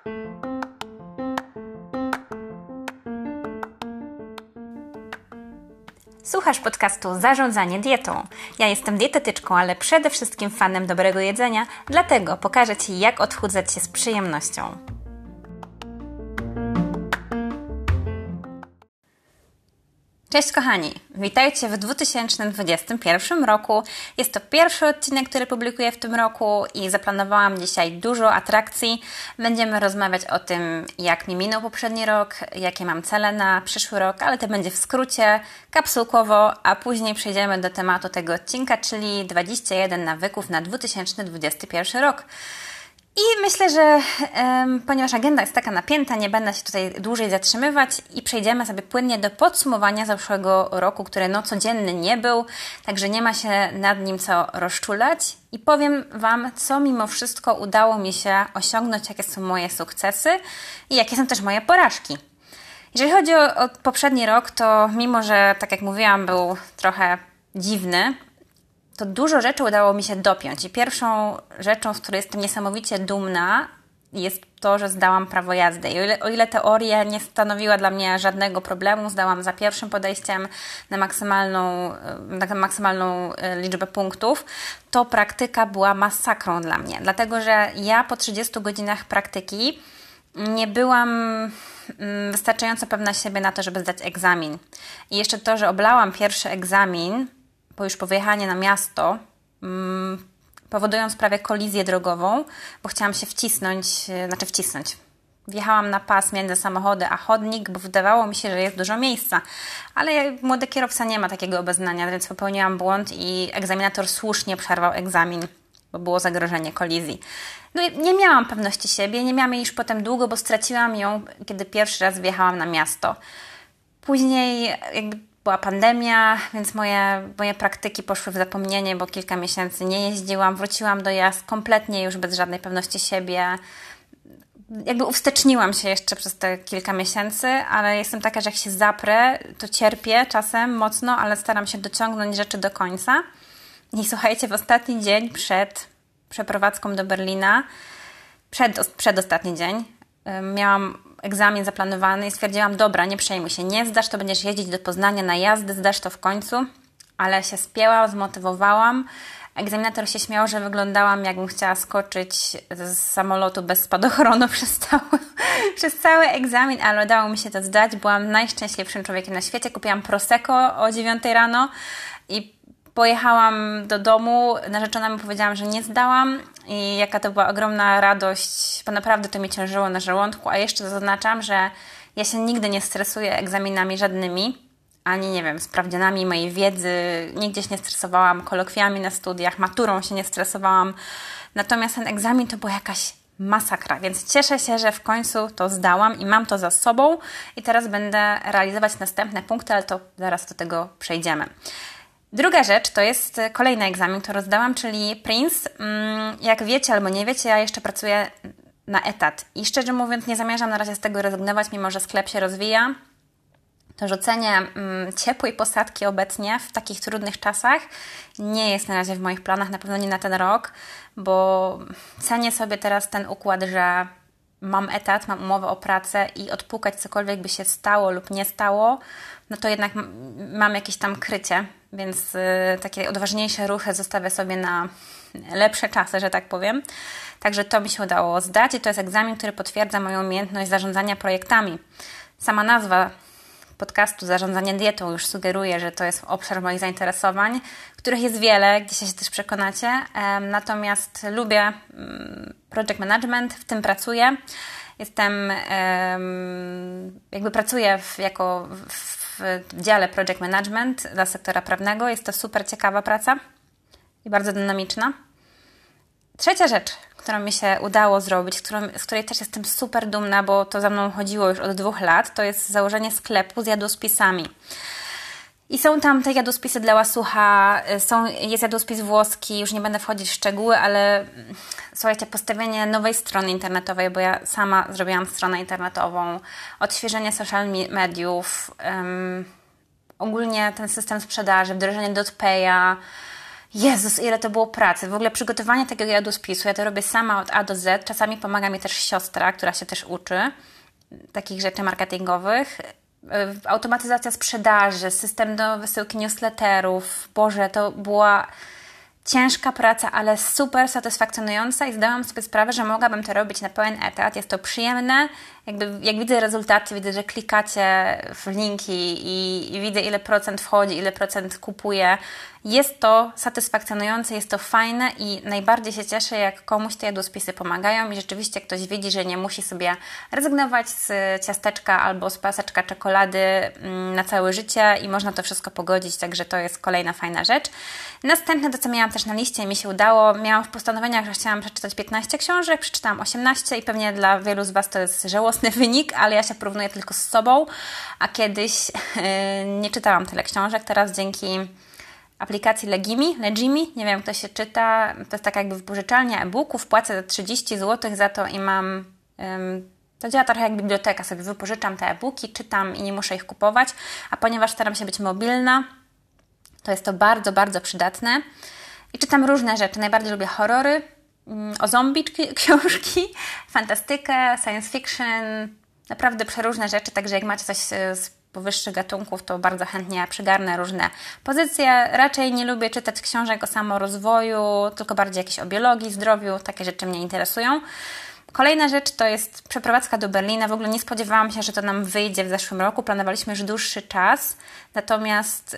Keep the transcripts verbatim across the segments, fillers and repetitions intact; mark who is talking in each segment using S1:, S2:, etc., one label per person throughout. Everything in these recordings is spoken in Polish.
S1: Słuchasz podcastu Zarządzanie dietą. Ja jestem dietetyczką, ale przede wszystkim fanem dobrego jedzenia, dlatego pokażę Ci, jak odchudzać się z przyjemnością. Cześć kochani, witajcie w dwa tysiące dwudziestym pierwszym roku. Jest to pierwszy odcinek, który publikuję w tym roku i zaplanowałam dzisiaj dużo atrakcji. Będziemy rozmawiać o tym, jak mi minął poprzedni rok, jakie mam cele na przyszły rok, ale to będzie w skrócie, kapsułkowo, a później przejdziemy do tematu tego odcinka, czyli dwadzieścia jeden nawyków na dwa tysiące dwudziesty pierwszy rok. I myślę, że um, ponieważ agenda jest taka napięta, nie będę się tutaj dłużej zatrzymywać i przejdziemy sobie płynnie do podsumowania zeszłego roku, który no codzienny nie był, także nie ma się nad nim co rozczulać i powiem Wam, co mimo wszystko udało mi się osiągnąć, jakie są moje sukcesy i jakie są też moje porażki. Jeżeli chodzi o, o poprzedni rok, to mimo, że tak jak mówiłam, był trochę dziwny, to dużo rzeczy udało mi się dopiąć. I pierwszą rzeczą, z której jestem niesamowicie dumna, jest to, że zdałam prawo jazdy. I o ile, o ile teoria nie stanowiła dla mnie żadnego problemu, zdałam za pierwszym podejściem na maksymalną, na maksymalną liczbę punktów, to praktyka była masakrą dla mnie. Dlatego, że ja po trzydziestu godzinach praktyki nie byłam wystarczająco pewna siebie na to, żeby zdać egzamin. I jeszcze to, że oblałam pierwszy egzamin, bo już po wyjechaniu na miasto, mm, powodując prawie kolizję drogową, bo chciałam się wcisnąć, znaczy wcisnąć. Wjechałam na pas między samochody a chodnik, bo wydawało mi się, że jest dużo miejsca. Ale młody kierowca nie ma takiego obeznania, więc popełniłam błąd i egzaminator słusznie przerwał egzamin, bo było zagrożenie kolizji. No i nie miałam pewności siebie, nie miałam jej już potem długo, bo straciłam ją, kiedy pierwszy raz wjechałam na miasto. Później jakby była pandemia, więc moje, moje praktyki poszły w zapomnienie, bo kilka miesięcy nie jeździłam. Wróciłam do jazd kompletnie już bez żadnej pewności siebie. Jakby uwsteczniłam się jeszcze przez te kilka miesięcy, ale jestem taka, że jak się zaprę, to cierpię czasem mocno, ale staram się dociągnąć rzeczy do końca. I słuchajcie, w ostatni dzień przed przeprowadzką do Berlina, przed, przedostatni dzień, miałam egzamin zaplanowany i stwierdziłam, dobra, nie przejmuj się, nie zdasz, to będziesz jeździć do Poznania na jazdy, zdasz to w końcu, ale się spięłam, zmotywowałam. Egzaminator się śmiał, że wyglądałam, jakbym chciała skoczyć z samolotu bez spadochronu przez cały, przez cały egzamin, ale udało mi się to zdać. Byłam najszczęśliwszym człowiekiem na świecie. Kupiłam Prosecco o dziewiątej rano i pojechałam do domu, narzeczona mi powiedziałam, że nie zdałam i jaka to była ogromna radość, bo naprawdę to mi ciężyło na żołądku, a jeszcze zaznaczam, że ja się nigdy nie stresuję egzaminami żadnymi, ani nie wiem, sprawdzianami mojej wiedzy, nigdzie się nie stresowałam, kolokwiami na studiach, maturą się nie stresowałam, natomiast ten egzamin to była jakaś masakra, więc cieszę się, że w końcu to zdałam i mam to za sobą i teraz będę realizować następne punkty, ale to zaraz do tego przejdziemy. Druga rzecz to jest kolejny egzamin, który rozdałam, czyli PRINCE. Jak wiecie albo nie wiecie, ja jeszcze pracuję na etat i szczerze mówiąc nie zamierzam na razie z tego rezygnować, mimo że sklep się rozwija. To rzucenie ciepłej posadki obecnie w takich trudnych czasach nie jest na razie w moich planach, na pewno nie na ten rok, bo cenię sobie teraz ten układ, że mam etat, mam umowę o pracę i odpukać cokolwiek by się stało lub nie stało, no to jednak mam jakieś tam krycie, więc y, takie odważniejsze ruchy zostawię sobie na lepsze czasy, że tak powiem. Także to mi się udało zdać i to jest egzamin, który potwierdza moją umiejętność zarządzania projektami. Sama nazwa podcastu Zarządzanie dietą już sugeruje, że to jest obszar moich zainteresowań, których jest wiele, gdzie się też przekonacie. Natomiast lubię project management, w tym pracuję. Jestem, jakby pracuję w, jako w dziale project management dla sektora prawnego. Jest to super ciekawa praca i bardzo dynamiczna. Trzecia rzecz, którą mi się udało zrobić, którą, z której też jestem super dumna, bo to za mną chodziło już od dwóch lat, to jest założenie sklepu z jadłospisami. I są tam te jadłospisy dla łasucha, są, jest jadłospis włoski, już nie będę wchodzić w szczegóły, ale słuchajcie, postawienie nowej strony internetowej, bo ja sama zrobiłam stronę internetową, odświeżenie social mediów, um, ogólnie ten system sprzedaży, wdrożenie DotPaya. Jezus, ile to było pracy. W ogóle przygotowanie tego jadłospisu, ja to robię sama od A do Z. Czasami pomaga mi też siostra, która się też uczy takich rzeczy marketingowych. Automatyzacja sprzedaży, system do wysyłki newsletterów. Boże, to była ciężka praca, ale super satysfakcjonująca i zdałam sobie sprawę, że mogłabym to robić na pełen etat. Jest to przyjemne. Jakby, jak widzę rezultaty, widzę, że klikacie w linki i, i widzę, ile procent wchodzi, ile procent kupuje. Jest to satysfakcjonujące, jest to fajne i najbardziej się cieszę, jak komuś te jadłospisy pomagają i rzeczywiście ktoś widzi, że nie musi sobie rezygnować z ciasteczka albo z paseczka czekolady na całe życie i można to wszystko pogodzić, także to jest kolejna fajna rzecz. Następne, to co miałam też na liście i mi się udało, miałam w postanowieniach, że chciałam przeczytać piętnaście książek, przeczytałam osiemnaście i pewnie dla wielu z Was to jest żałosny wynik, ale ja się porównuję tylko z sobą, a kiedyś yy, nie czytałam tyle książek, teraz dzięki aplikacji Legimi, Legimi, nie wiem jak to się czyta, to jest taka jakby wypożyczalnia e-booków, płacę trzydzieści złotych za to i mam, ym, to działa trochę jak biblioteka, sobie wypożyczam te e-booki, czytam i nie muszę ich kupować, a ponieważ staram się być mobilna, to jest to bardzo, bardzo przydatne i czytam różne rzeczy, najbardziej lubię horrory, ym, o zombie książki, fantastykę, science fiction, naprawdę przeróżne rzeczy, także jak macie coś z powyższych gatunków, to bardzo chętnie przygarnę różne pozycje. Raczej nie lubię czytać książek o samorozwoju, tylko bardziej jakieś o biologii, zdrowiu, takie rzeczy mnie interesują. Kolejna rzecz to jest przeprowadzka do Berlina. W ogóle nie spodziewałam się, że to nam wyjdzie w zeszłym roku. Planowaliśmy już dłuższy czas, natomiast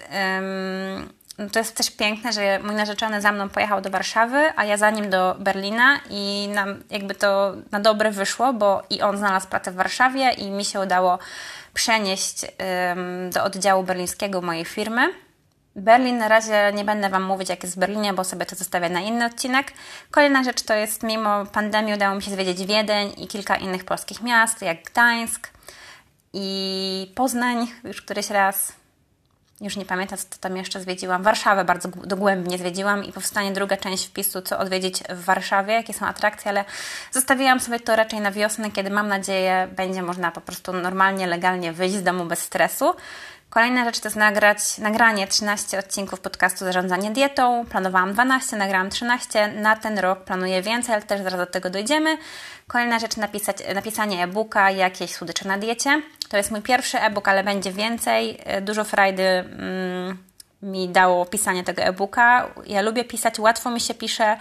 S1: ym, to jest też piękne, że mój narzeczony za mną pojechał do Warszawy, a ja za nim do Berlina i nam jakby to na dobre wyszło, bo i on znalazł pracę w Warszawie i mi się udało przenieść ym, do oddziału berlińskiego mojej firmy. Berlin, na razie nie będę Wam mówić, jak jest w Berlinie, bo sobie to zostawię na inny odcinek. Kolejna rzecz to jest, mimo pandemii udało mi się zwiedzić Wiedeń i kilka innych polskich miast, jak Gdańsk i Poznań, już któryś raz. Już nie pamiętam, co tam jeszcze zwiedziłam. Warszawę bardzo dogłębnie zwiedziłam i powstanie druga część wpisu, co odwiedzić w Warszawie, jakie są atrakcje, ale zostawiłam sobie to raczej na wiosnę, kiedy mam nadzieję będzie można po prostu normalnie, legalnie wyjść z domu bez stresu. Kolejna rzecz to jest nagrać, nagranie trzynaście odcinków podcastu Zarządzanie dietą. Planowałam dwanaście, nagrałam trzynaście. Na ten rok planuję więcej, ale też zaraz do tego dojdziemy. Kolejna rzecz, napisać, napisanie e-booka, jakieś słodycze na diecie. To jest mój pierwszy e-book, ale będzie więcej. Dużo frajdy mm, mi dało pisanie tego e-booka. Ja lubię pisać, łatwo mi się pisze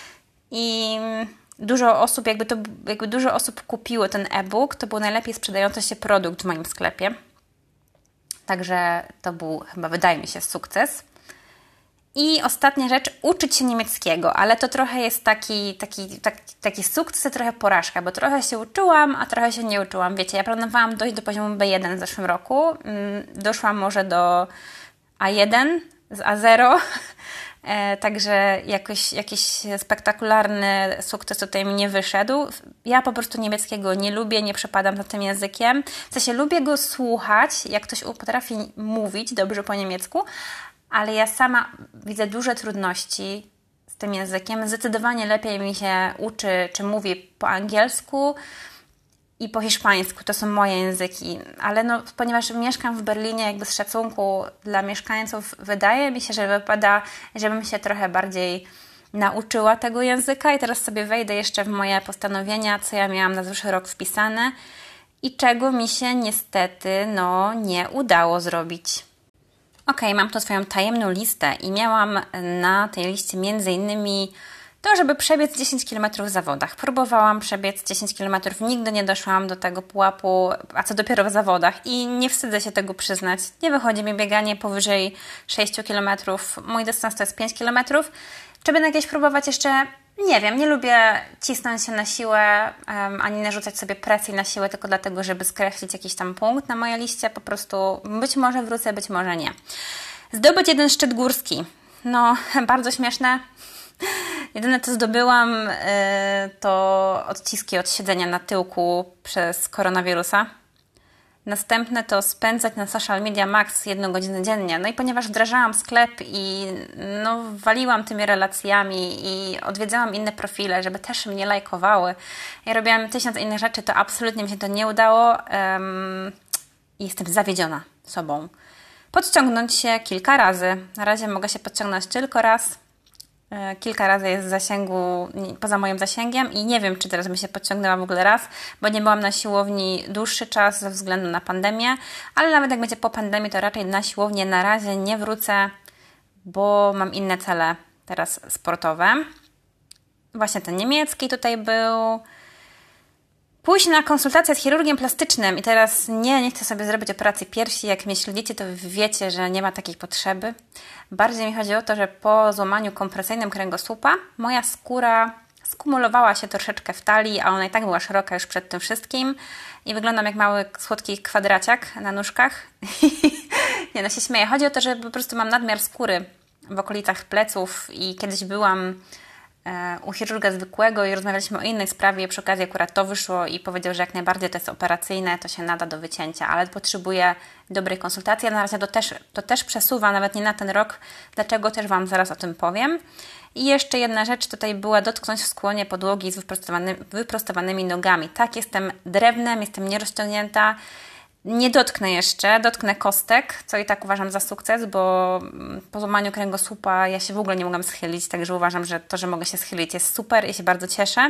S1: i dużo osób, jakby, to, jakby dużo osób kupiło ten e-book. To był najlepiej sprzedający się produkt w moim sklepie. Także to był chyba, wydaje mi się, sukces. I ostatnia rzecz, uczyć się niemieckiego, ale to trochę jest taki, taki, taki, taki sukces, a trochę porażka, bo trochę się uczyłam, a trochę się nie uczyłam. Wiecie, ja planowałam dojść do poziomu B jeden w zeszłym roku, doszłam może do A jeden z A zero, także jakoś, jakiś spektakularny sukces tutaj mi nie wyszedł. Ja po prostu niemieckiego nie lubię, nie przepadam za tym językiem. W sensie lubię go słuchać, jak ktoś potrafi mówić dobrze po niemiecku, ale ja sama widzę duże trudności z tym językiem. Zdecydowanie lepiej mi się uczy, czy mówi po angielsku i po hiszpańsku. To są moje języki. Ale no, ponieważ mieszkam w Berlinie, jakby z szacunku dla mieszkańców, wydaje mi się, że wypada, żebym się trochę bardziej nauczyła tego języka. I teraz sobie wejdę jeszcze w moje postanowienia, co ja miałam na zeszły rok wpisane i czego mi się niestety no, nie udało zrobić. Ok, mam tu swoją tajemną listę i miałam na tej liście między innymi to, żeby przebiec dziesięć kilometrów w zawodach. Próbowałam przebiec dziesięć kilometrów, nigdy nie doszłam do tego pułapu, a co dopiero w zawodach i nie wstydzę się tego przyznać. Nie wychodzi mi bieganie powyżej sześć kilometrów, mój dystans to jest pięć kilometrów. Czy będę jakieś próbować jeszcze? Nie wiem, nie lubię cisnąć się na siłę, um, ani narzucać sobie presji na siłę tylko dlatego, żeby skreślić jakiś tam punkt na mojej liście. Po prostu być może wrócę, być może nie. Zdobyć jeden szczyt górski. No, bardzo śmieszne. Jedyne co zdobyłam yy, to odciski od siedzenia na tyłku przez koronawirusa. Następne to spędzać na social media max jedną godzinę dziennie. No i ponieważ wdrażałam sklep i no, waliłam tymi relacjami i odwiedzałam inne profile, żeby też mnie lajkowały. Ja robiłam tysiąc innych rzeczy, to absolutnie mi się to nie udało. Um, i jestem zawiedziona sobą. Podciągnąć się kilka razy. Na razie mogę się podciągnąć tylko raz. kilka razy jest w zasięgu, poza moim zasięgiem i nie wiem, czy teraz bym się podciągnęła w ogóle raz, bo nie byłam na siłowni dłuższy czas ze względu na pandemię, ale nawet jak będzie po pandemii, to raczej na siłownię na razie nie wrócę, bo mam inne cele teraz sportowe. Właśnie ten niemiecki tutaj był. Pójść na konsultację z chirurgiem plastycznym i teraz nie, nie chcę sobie zrobić operacji piersi. Jak mnie śledzicie, to wiecie, że nie ma takiej potrzeby. Bardziej mi chodzi o to, że po złamaniu kompresyjnym kręgosłupa moja skóra skumulowała się troszeczkę w talii, a ona i tak była szeroka już przed tym wszystkim i wyglądam jak mały, słodki kwadraciak na nóżkach. Nie, no się śmieję. Chodzi o to, że po prostu mam nadmiar skóry w okolicach pleców i kiedyś byłam u chirurga zwykłego i rozmawialiśmy o innej sprawie, przy okazji akurat to wyszło i powiedział, że jak najbardziej to jest operacyjne, to się nada do wycięcia, ale potrzebuję dobrej konsultacji. Ja na razie to też, to też przesuwam, nawet nie na ten rok, dlaczego też Wam zaraz o tym powiem. I jeszcze jedna rzecz tutaj była dotknąć w skłonie podłogi z wyprostowanymi, wyprostowanymi nogami. Tak, jestem drewnem, jestem nierozciągnięta. Nie dotknę jeszcze, dotknę kostek, co i tak uważam za sukces, bo po złamaniu kręgosłupa ja się w ogóle nie mogłam schylić, także uważam, że to, że mogę się schylić jest super i się bardzo cieszę.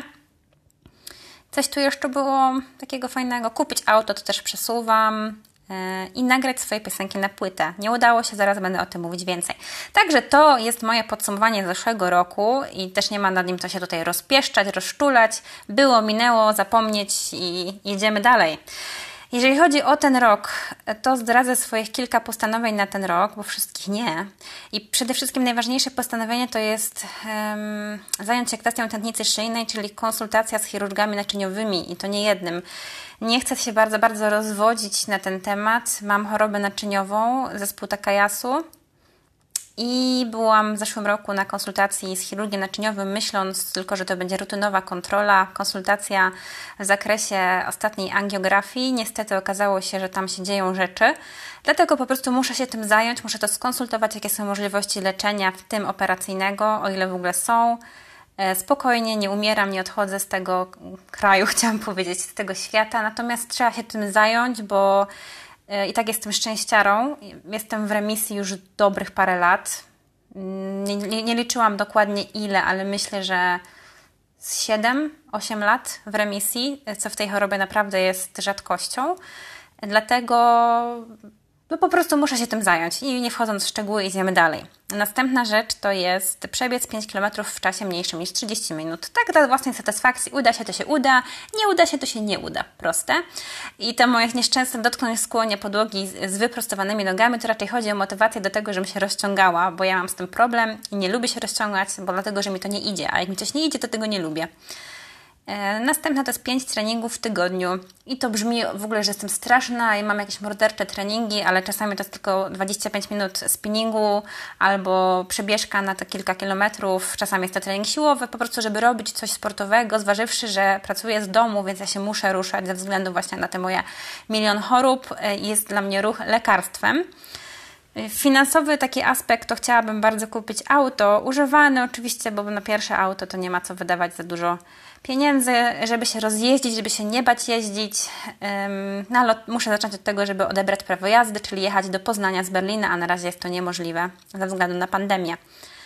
S1: Coś tu jeszcze było takiego fajnego. Kupić auto to też przesuwam yy, i nagrać swoje piosenki na płytę. Nie udało się, zaraz będę o tym mówić więcej. Także to jest moje podsumowanie zeszłego roku i też nie ma nad nim co się tutaj rozpieszczać, rozczulać. Było, minęło, zapomnieć i jedziemy dalej. Jeżeli chodzi o ten rok, to zdradzę swoich kilka postanowień na ten rok, bo wszystkich nie. I przede wszystkim najważniejsze postanowienie to jest um, zająć się kwestią tętnicy szyjnej, czyli konsultacja z chirurgami naczyniowymi i to nie jednym. Nie chcę się bardzo, bardzo rozwodzić na ten temat. Mam chorobę naczyniową, zespół Takayasu. I byłam w zeszłym roku na konsultacji z chirurgiem naczyniowym, myśląc tylko, że to będzie rutynowa kontrola, konsultacja w zakresie ostatniej angiografii. Niestety okazało się, że tam się dzieją rzeczy, dlatego po prostu muszę się tym zająć, muszę to skonsultować, jakie są możliwości leczenia, w tym operacyjnego, o ile w ogóle są. Spokojnie, nie umieram, nie odchodzę z tego kraju, chciałam powiedzieć, z tego świata, natomiast trzeba się tym zająć, bo i tak jestem szczęściarą. Jestem w remisji już dobrych parę lat. Nie, nie, nie liczyłam dokładnie ile, ale myślę, że z siedem osiem lat w remisji, co w tej chorobie naprawdę jest rzadkością. Dlatego no po prostu muszę się tym zająć i nie wchodząc w szczegóły idziemy dalej. Następna rzecz to jest przebiec pięć kilometrów w czasie mniejszym niż trzydzieści minut. Tak dla własnej satysfakcji. Uda się, to się uda. Nie uda się, to się nie uda. Proste. I to moje nieszczęsne dotknąć skłonie podłogi z, z wyprostowanymi nogami, to raczej chodzi o motywację do tego, żebym się rozciągała, bo ja mam z tym problem i nie lubię się rozciągać, bo dlatego, że mi to nie idzie. A jak mi coś nie idzie, to tego nie lubię. Następna to jest pięć treningów w tygodniu i to brzmi w ogóle, że jestem straszna i mam jakieś mordercze treningi, ale czasami to jest tylko dwadzieścia pięć minut spinningu albo przebieżka na te kilka kilometrów, czasami jest to trening siłowy, po prostu żeby robić coś sportowego, zważywszy, że pracuję z domu, więc ja się muszę ruszać ze względu właśnie na te moje milion chorób, jest dla mnie ruch lekarstwem. Finansowy taki aspekt to chciałabym bardzo kupić auto, używane oczywiście, bo na pierwsze auto to nie ma co wydawać za dużo pieniędzy, żeby się rozjeździć, żeby się nie bać jeździć. No ale muszę zacząć od tego, żeby odebrać prawo jazdy, czyli jechać do Poznania z Berlina, a na razie jest to niemożliwe ze względu na pandemię.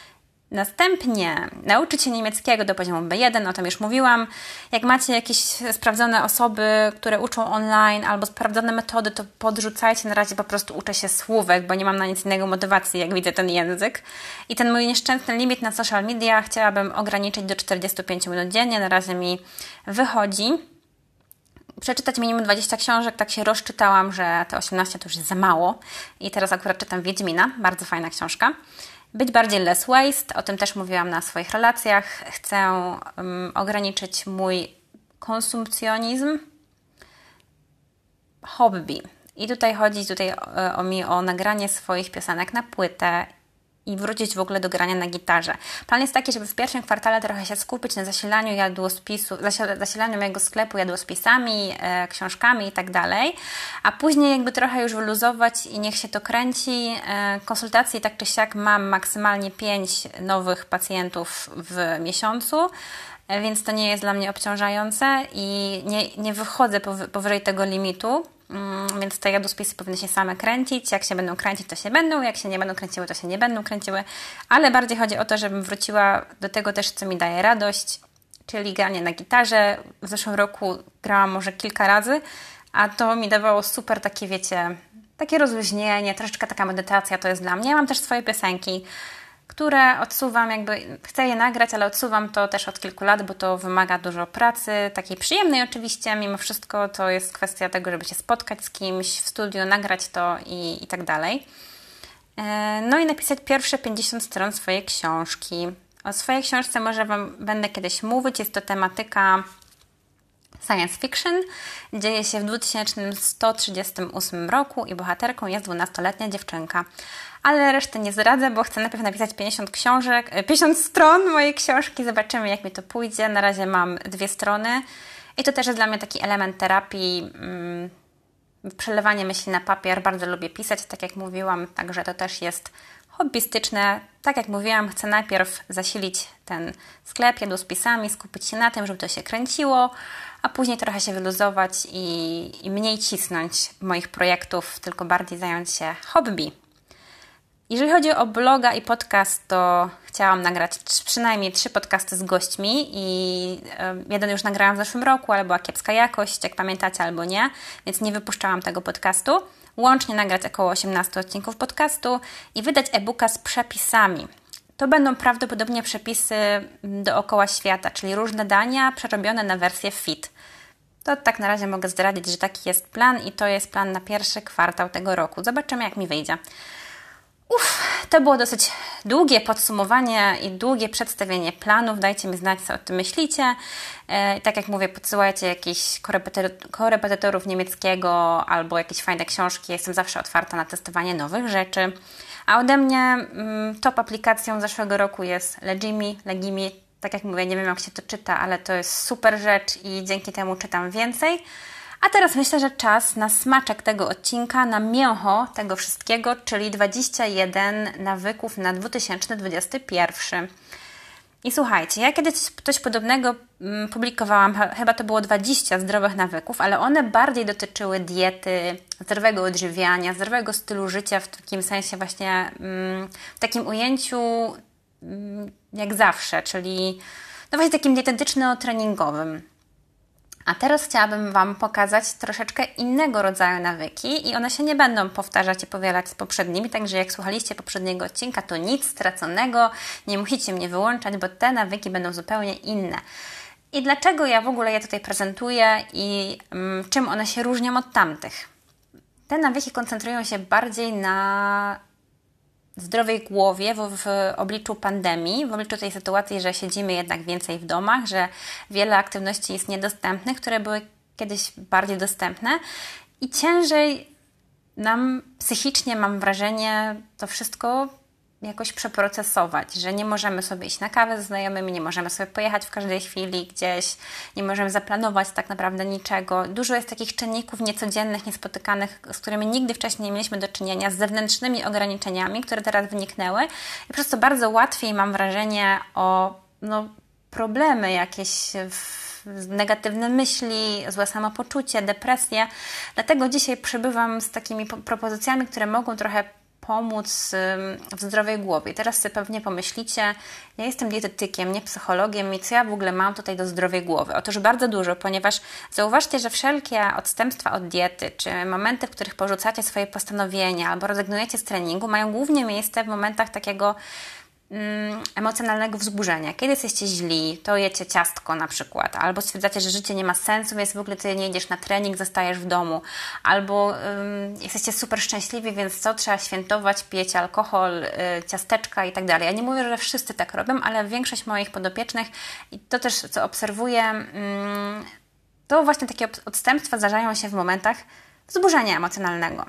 S1: Następnie nauczyć się niemieckiego do poziomu B jeden, o tym już mówiłam. Jak macie jakieś sprawdzone osoby, które uczą online albo sprawdzone metody, to podrzucajcie. Na razie po prostu uczę się słówek, bo nie mam na nic innego motywacji, jak widzę ten język. I ten mój nieszczęsny limit na social media chciałabym ograniczyć do czterdzieści pięć minut dziennie. Na razie mi wychodzi. Przeczytać minimum dwadzieścia książek, tak się rozczytałam, że te osiemnaście to już jest za mało. I teraz akurat czytam Wiedźmina, bardzo fajna książka. Być bardziej less waste, o tym też mówiłam na swoich relacjach. Chcę um, ograniczyć mój konsumpcjonizm. Hobby. I tutaj chodzi tutaj o, o mi o nagranie swoich piosenek na płytę i wrócić w ogóle do grania na gitarze. Plan jest taki, żeby w pierwszym kwartale trochę się skupić na zasilaniu jadłospisu, zasilaniu mojego sklepu jadłospisami, e, książkami i tak dalej, a później jakby trochę już wyluzować i niech się to kręci. E, konsultacji tak czy siak mam maksymalnie pięć nowych pacjentów w miesiącu, e, więc to nie jest dla mnie obciążające i nie, nie wychodzę powy, powyżej tego limitu. więc te jadłospisy powinny się same kręcić. Jak się będą kręcić, to się będą, jak się nie będą kręciły, to się nie będą kręciły. Ale bardziej chodzi o to, żebym wróciła do tego też, co mi daje radość, czyli granie na gitarze. W zeszłym roku grałam może kilka razy, a to mi dawało super takie, wiecie, takie rozluźnienie, troszeczkę taka medytacja to jest dla mnie. Mam też swoje piosenki, które odsuwam, jakby chcę je nagrać, ale odsuwam to też od kilku lat, bo to wymaga dużo pracy, takiej przyjemnej oczywiście, mimo wszystko to jest kwestia tego, żeby się spotkać z kimś w studiu, nagrać to i, i tak dalej. No i napisać pierwsze pięćdziesiąt stron swojej książki. O swojej książce może Wam będę kiedyś mówić, jest to tematyka science fiction, dzieje się w dwa tysiące sto trzydziestym ósmym roku i bohaterką jest dwunastoletnia dziewczynka. Ale resztę nie zdradzę, bo chcę najpierw napisać pięćdziesiąt książek, pięćdziesiąt stron mojej książki, zobaczymy jak mi to pójdzie. Na razie mam dwie strony i to też jest dla mnie taki element terapii, mm, przelewanie myśli na papier. Bardzo lubię pisać, tak jak mówiłam, także to też jest hobbystyczne. Tak jak mówiłam, chcę najpierw zasilić ten sklep jadłospisami, skupić się na tym, żeby to się kręciło, a później trochę się wyluzować i, i mniej cisnąć moich projektów, tylko bardziej zająć się hobby. Jeżeli chodzi o bloga i podcast, to chciałam nagrać przynajmniej trzy podcasty z gośćmi i jeden już nagrałam w zeszłym roku, ale była kiepska jakość, jak pamiętacie, albo nie, więc nie wypuszczałam tego podcastu. Łącznie nagrać około osiemnaście odcinków podcastu i wydać e-booka z przepisami. To będą prawdopodobnie przepisy dookoła świata, czyli różne dania przerobione na wersję fit. To tak na razie mogę zdradzić, że taki jest plan i to jest plan na pierwszy kwartał tego roku. Zobaczymy, jak mi wyjdzie. Uff, to było dosyć długie podsumowanie i długie przedstawienie planów. Dajcie mi znać, co o tym myślicie. E, tak jak mówię, podsyłajcie jakichś korepetytorów niemieckiego albo jakieś fajne książki. Jestem zawsze otwarta na testowanie nowych rzeczy. A ode mnie mm, top aplikacją zeszłego roku jest Legimi. Legimi, tak jak mówię, nie wiem jak się to czyta, ale to jest super rzecz i dzięki temu czytam więcej. A teraz myślę, że czas na smaczek tego odcinka, na mięcho tego wszystkiego, czyli dwadzieścia jeden nawyków na dwa tysiące dwudziesty pierwszy. I słuchajcie, ja kiedyś coś podobnego publikowałam, chyba to było dwadzieścia zdrowych nawyków, ale one bardziej dotyczyły diety, zdrowego odżywiania, zdrowego stylu życia w takim sensie właśnie, w takim ujęciu jak zawsze, czyli no właśnie takim dietetyczno-treningowym. A teraz chciałabym Wam pokazać troszeczkę innego rodzaju nawyki i one się nie będą powtarzać i powielać z poprzednimi, także jak słuchaliście poprzedniego odcinka, to nic straconego, nie musicie mnie wyłączać, bo te nawyki będą zupełnie inne. I dlaczego ja w ogóle je tutaj prezentuję i mm, czym one się różnią od tamtych? Te nawyki koncentrują się bardziej na zdrowej głowie w, w obliczu pandemii, w obliczu tej sytuacji, że siedzimy jednak więcej w domach, że wiele aktywności jest niedostępnych, które były kiedyś bardziej dostępne i ciężej nam psychicznie, mam wrażenie, to wszystko jakoś przeprocesować, że nie możemy sobie iść na kawę ze znajomymi, nie możemy sobie pojechać w każdej chwili gdzieś, nie możemy zaplanować tak naprawdę niczego. Dużo jest takich czynników niecodziennych, niespotykanych, z którymi nigdy wcześniej nie mieliśmy do czynienia, z zewnętrznymi ograniczeniami, które teraz wyniknęły i przez to bardzo łatwiej mam wrażenie o no, problemy jakieś w negatywne myśli, złe samopoczucie, depresję. Dlatego dzisiaj przybywam z takimi propozycjami, które mogą trochę pomóc w zdrowej głowie. I teraz sobie pewnie pomyślicie, ja jestem dietetykiem, nie psychologiem i co ja w ogóle mam tutaj do zdrowej głowy? Otóż bardzo dużo, ponieważ zauważcie, że wszelkie odstępstwa od diety, czy momenty, w których porzucacie swoje postanowienia albo rezygnujecie z treningu, mają głównie miejsce w momentach takiego emocjonalnego wzburzenia. Kiedy jesteście źli, to jecie ciastko na przykład, albo stwierdzacie, że życie nie ma sensu, więc w ogóle ty nie idziesz na trening, zostajesz w domu, albo um, jesteście super szczęśliwi, więc co, trzeba świętować, pijecie alkohol, y, ciasteczka i tak dalej. Ja nie mówię, że wszyscy tak robią, ale większość moich podopiecznych i to też, co obserwuję, um, to właśnie takie odstępstwa zdarzają się w momentach wzburzenia emocjonalnego.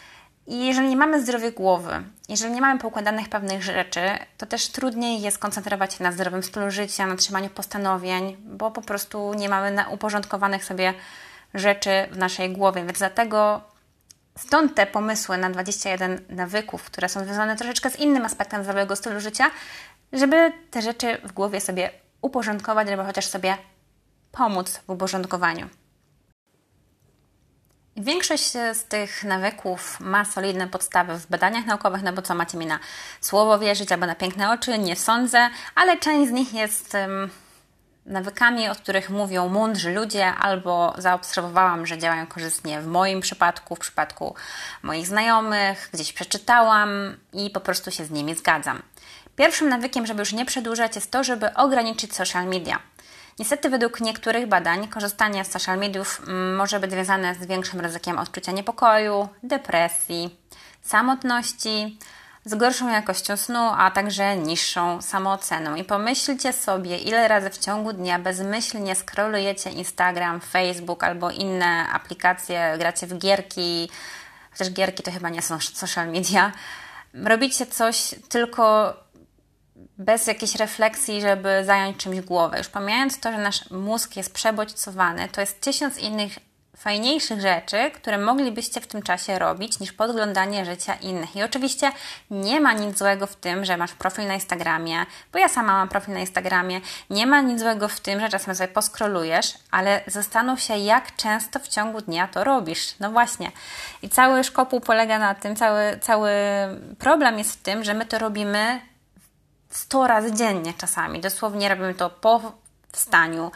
S1: I jeżeli nie mamy zdrowej głowy, jeżeli nie mamy poukładanych pewnych rzeczy, to też trudniej jest koncentrować się na zdrowym stylu życia, na trzymaniu postanowień, bo po prostu nie mamy na uporządkowanych sobie rzeczy w naszej głowie. Więc dlatego stąd te pomysły na dwadzieścia jeden nawyków, które są związane troszeczkę z innym aspektem zdrowego stylu życia, żeby te rzeczy w głowie sobie uporządkować, żeby chociaż sobie pomóc w uporządkowaniu. Większość z tych nawyków ma solidne podstawy w badaniach naukowych, no bo co, macie mi na słowo wierzyć albo na piękne oczy? Nie sądzę, ale część z nich jest um, nawykami, o których mówią mądrzy ludzie, albo zaobserwowałam, że działają korzystnie w moim przypadku, w przypadku moich znajomych, gdzieś przeczytałam i po prostu się z nimi zgadzam. Pierwszym nawykiem, żeby już nie przedłużać, jest to, żeby ograniczyć social media. Niestety według niektórych badań korzystanie z social mediów może być związane z większym ryzykiem odczucia niepokoju, depresji, samotności, z gorszą jakością snu, a także niższą samooceną. I pomyślcie sobie, ile razy w ciągu dnia bezmyślnie scrollujecie Instagram, Facebook albo inne aplikacje, gracie w gierki, chociaż gierki to chyba nie są social media. Robicie coś tylko bez jakiejś refleksji, żeby zająć czymś głowę. Już pomijając to, że nasz mózg jest przebodźcowany, to jest tysiąc innych fajniejszych rzeczy, które moglibyście w tym czasie robić, niż podglądanie życia innych. I oczywiście nie ma nic złego w tym, że masz profil na Instagramie, bo ja sama mam profil na Instagramie. Nie ma nic złego w tym, że czasem sobie poskrolujesz, ale zastanów się, jak często w ciągu dnia to robisz. No właśnie. I cały szkopuł polega na tym, cały, cały problem jest w tym, że my to robimy sto razy dziennie czasami. Dosłownie robimy to po wstaniu,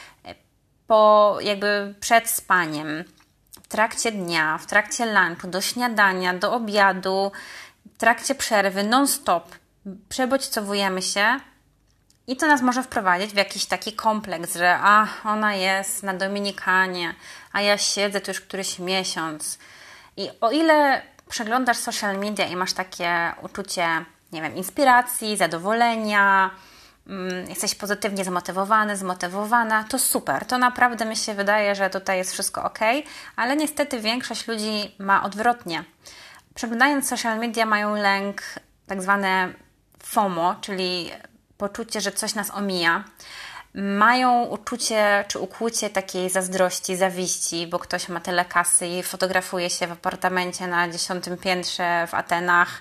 S1: po jakby przed spaniem, w trakcie dnia, w trakcie lunchu, do śniadania, do obiadu, w trakcie przerwy, non-stop. Przebodźcowujemy się i to nas może wprowadzić w jakiś taki kompleks, że a, ona jest na Dominikanie, a ja siedzę tu już któryś miesiąc. I o ile przeglądasz social media i masz takie uczucie, nie wiem, inspiracji, zadowolenia, jesteś pozytywnie zmotywowany, zmotywowana, to super. To naprawdę mi się wydaje, że tutaj jest wszystko ok, ale niestety większość ludzi ma odwrotnie. Przeglądając social media mają lęk, tak zwane FOMO, czyli poczucie, że coś nas omija. Mają uczucie czy ukłucie takiej zazdrości, zawiści, bo ktoś ma tyle kasy i fotografuje się w apartamencie na dziesiątym piętrze w Atenach,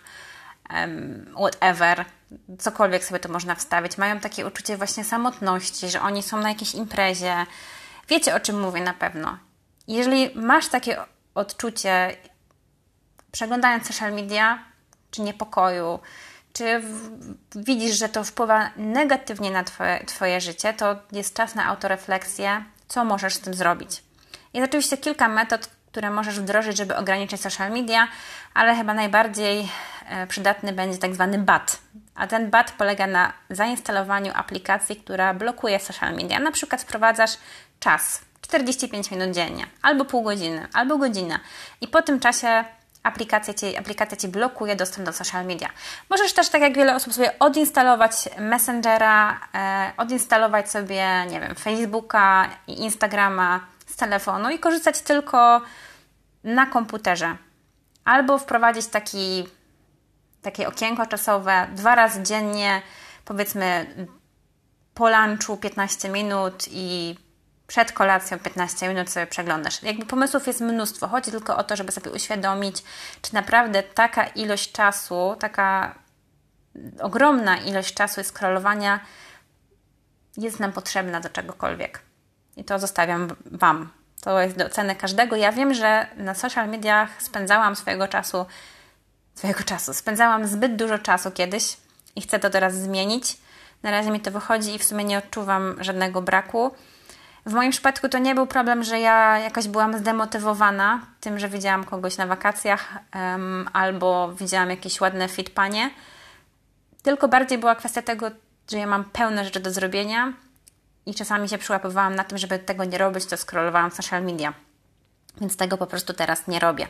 S1: whatever, cokolwiek sobie to można wstawić. Mają takie uczucie właśnie samotności, że oni są na jakiejś imprezie. Wiecie, o czym mówię na pewno. Jeżeli masz takie odczucie, przeglądając social media, czy niepokoju, czy widzisz, że to wpływa negatywnie na twoje, twoje życie, to jest czas na autorefleksję, co możesz z tym zrobić. Jest oczywiście kilka metod, które możesz wdrożyć, żeby ograniczyć social media, ale chyba najbardziej przydatny będzie tak zwany B A T. A ten B A T polega na zainstalowaniu aplikacji, która blokuje social media. Na przykład wprowadzasz czas, czterdzieści pięć minut dziennie, albo pół godziny, albo godzinę. I po tym czasie aplikacja Ci, aplikacja Ci blokuje dostęp do social media. Możesz też, tak jak wiele osób, sobie odinstalować Messengera, e, odinstalować sobie, nie wiem, Facebooka i Instagrama z telefonu i korzystać tylko na komputerze. Albo wprowadzić taki, takie okienko czasowe dwa razy dziennie, powiedzmy po lunchu piętnaście minut i przed kolacją piętnaście minut sobie przeglądasz. Jakby pomysłów jest mnóstwo. Chodzi tylko o to, żeby sobie uświadomić, czy naprawdę taka ilość czasu, taka ogromna ilość czasu i scrollowania jest nam potrzebna do czegokolwiek. I to zostawiam Wam. To jest do oceny każdego. Ja wiem, że na social mediach spędzałam swojego czasu, swojego czasu, spędzałam zbyt dużo czasu kiedyś i chcę to teraz zmienić. Na razie mi to wychodzi i w sumie nie odczuwam żadnego braku. W moim przypadku to nie był problem, że ja jakoś byłam zdemotywowana tym, że widziałam kogoś na wakacjach um, albo widziałam jakieś ładne fitpanie. Tylko bardziej była kwestia tego, że ja mam pełne rzeczy do zrobienia i czasami się przyłapywałam na tym, żeby tego nie robić, to scrollowałam social media. Więc tego po prostu teraz nie robię.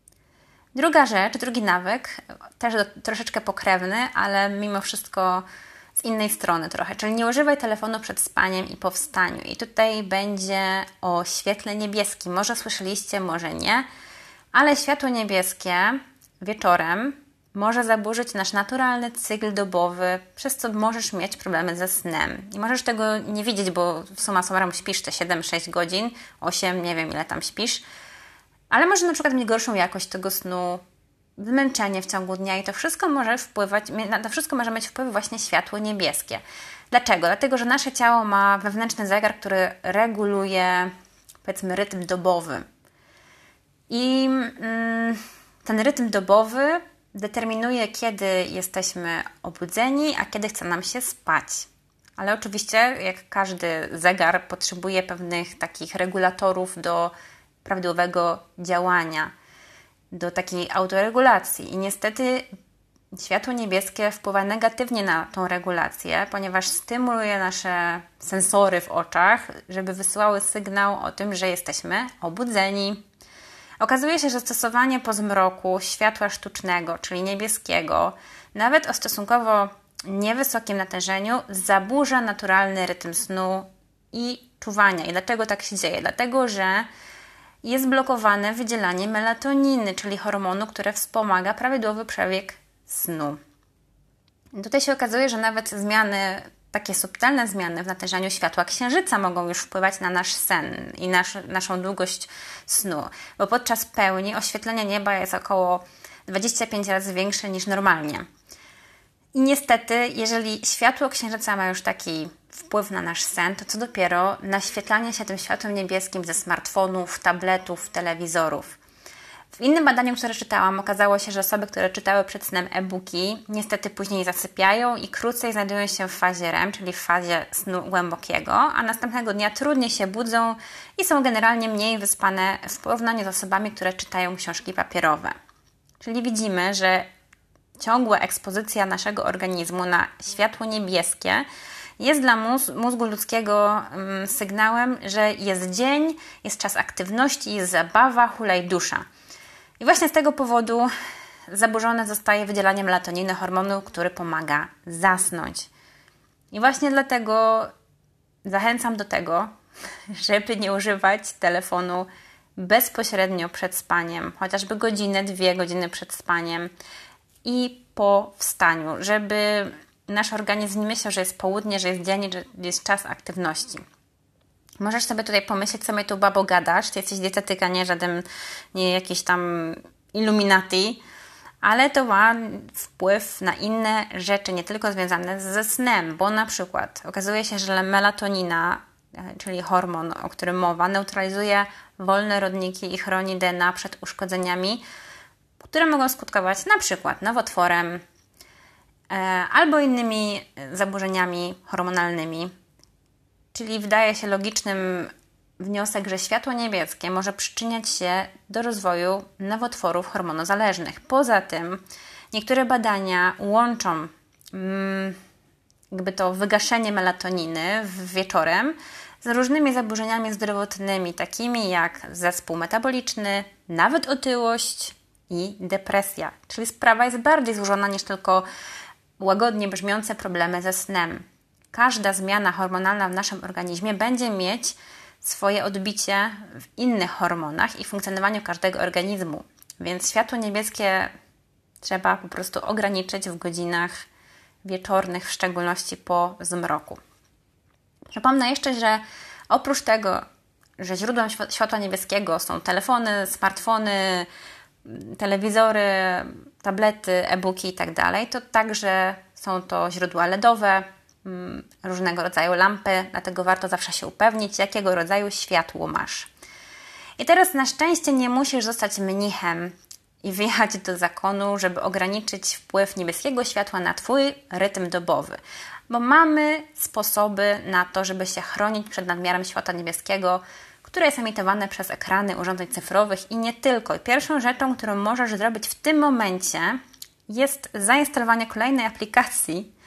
S1: Druga rzecz, drugi nawyk, też do, troszeczkę pokrewny, ale mimo wszystko z innej strony trochę, czyli nie używaj telefonu przed spaniem i po wstaniu. I tutaj będzie o świetle niebieskim. Może słyszeliście, może nie, ale światło niebieskie wieczorem może zaburzyć nasz naturalny cykl dobowy, przez co możesz mieć problemy ze snem. I możesz tego nie widzieć, bo w summa summarum śpisz te siedem sześć godzin, osiem, nie wiem ile tam śpisz, ale może na przykład mieć gorszą jakość tego snu, zmęczenie w ciągu dnia i to wszystko może wpływać, na to wszystko może mieć wpływ właśnie światło niebieskie. Dlaczego? Dlatego, że nasze ciało ma wewnętrzny zegar, który reguluje, powiedzmy, rytm dobowy. I mm, ten rytm dobowy determinuje, kiedy jesteśmy obudzeni, a kiedy chce nam się spać. Ale oczywiście, jak każdy zegar, potrzebuje pewnych takich regulatorów do prawidłowego działania, do takiej autoregulacji. I niestety światło niebieskie wpływa negatywnie na tą regulację, ponieważ stymuluje nasze sensory w oczach, żeby wysyłały sygnał o tym, że jesteśmy obudzeni. Okazuje się, że stosowanie po zmroku światła sztucznego, czyli niebieskiego, nawet o stosunkowo niewysokim natężeniu, zaburza naturalny rytm snu i czuwania. I dlaczego tak się dzieje? Dlatego, że jest blokowane wydzielanie melatoniny, czyli hormonu, które wspomaga prawidłowy przebieg snu. I tutaj się okazuje, że nawet zmiany, takie subtelne zmiany w natężeniu światła księżyca mogą już wpływać na nasz sen i nasz, naszą długość snu, bo podczas pełni oświetlenie nieba jest około dwadzieścia pięć razy większe niż normalnie. I niestety, jeżeli światło księżyca ma już taki wpływ na nasz sen, to co dopiero naświetlanie się tym światłem niebieskim ze smartfonów, tabletów, telewizorów. W innym badaniu, które czytałam, okazało się, że osoby, które czytały przed snem e-booki, niestety później zasypiają i krócej znajdują się w fazie R E M, czyli w fazie snu głębokiego, a następnego dnia trudniej się budzą i są generalnie mniej wyspane w porównaniu z osobami, które czytają książki papierowe. Czyli widzimy, że ciągła ekspozycja naszego organizmu na światło niebieskie jest dla móz- mózgu ludzkiego ym, sygnałem, że jest dzień, jest czas aktywności, jest zabawa, hulaj dusza. I właśnie z tego powodu zaburzone zostaje wydzielanie melatoniny, hormonu, który pomaga zasnąć. I właśnie dlatego zachęcam do tego, żeby nie używać telefonu bezpośrednio przed spaniem, chociażby godzinę, dwie godziny przed spaniem i po wstaniu, żeby nasz organizm nie myślał, że jest południe, że jest dzień, że jest czas aktywności. Możesz sobie tutaj pomyśleć, co mnie tu babo gadasz, ty jesteś dietetyka, nie żaden, nie jakiś tam Illuminati, ale to ma wpływ na inne rzeczy, nie tylko związane ze snem, bo na przykład okazuje się, że melatonina, czyli hormon, o którym mowa, neutralizuje wolne rodniki i chroni D N A przed uszkodzeniami, które mogą skutkować na przykład nowotworem e, albo innymi zaburzeniami hormonalnymi. Czyli wydaje się logicznym wniosek, że światło niebieskie może przyczyniać się do rozwoju nowotworów hormonozależnych. Poza tym niektóre badania łączą mm, jakby to wygaszenie melatoniny wieczorem z różnymi zaburzeniami zdrowotnymi, takimi jak zespół metaboliczny, nawet otyłość i depresja. Czyli sprawa jest bardziej złożona niż tylko łagodnie brzmiące problemy ze snem. Każda zmiana hormonalna w naszym organizmie będzie mieć swoje odbicie w innych hormonach i funkcjonowaniu każdego organizmu. Więc światło niebieskie trzeba po prostu ograniczyć w godzinach wieczornych, w szczególności po zmroku. Przypomnę jeszcze, że oprócz tego, że źródłem światła niebieskiego są telefony, smartfony, telewizory, tablety, e-booki i tak dalej, to także są to źródła LEDowe, różnego rodzaju lampy, dlatego warto zawsze się upewnić, jakiego rodzaju światło masz. I teraz na szczęście nie musisz zostać mnichem i wyjechać do zakonu, żeby ograniczyć wpływ niebieskiego światła na Twój rytm dobowy, bo mamy sposoby na to, żeby się chronić przed nadmiarem światła niebieskiego, które jest emitowane przez ekrany urządzeń cyfrowych i nie tylko. I pierwszą rzeczą, którą możesz zrobić w tym momencie, jest zainstalowanie kolejnej aplikacji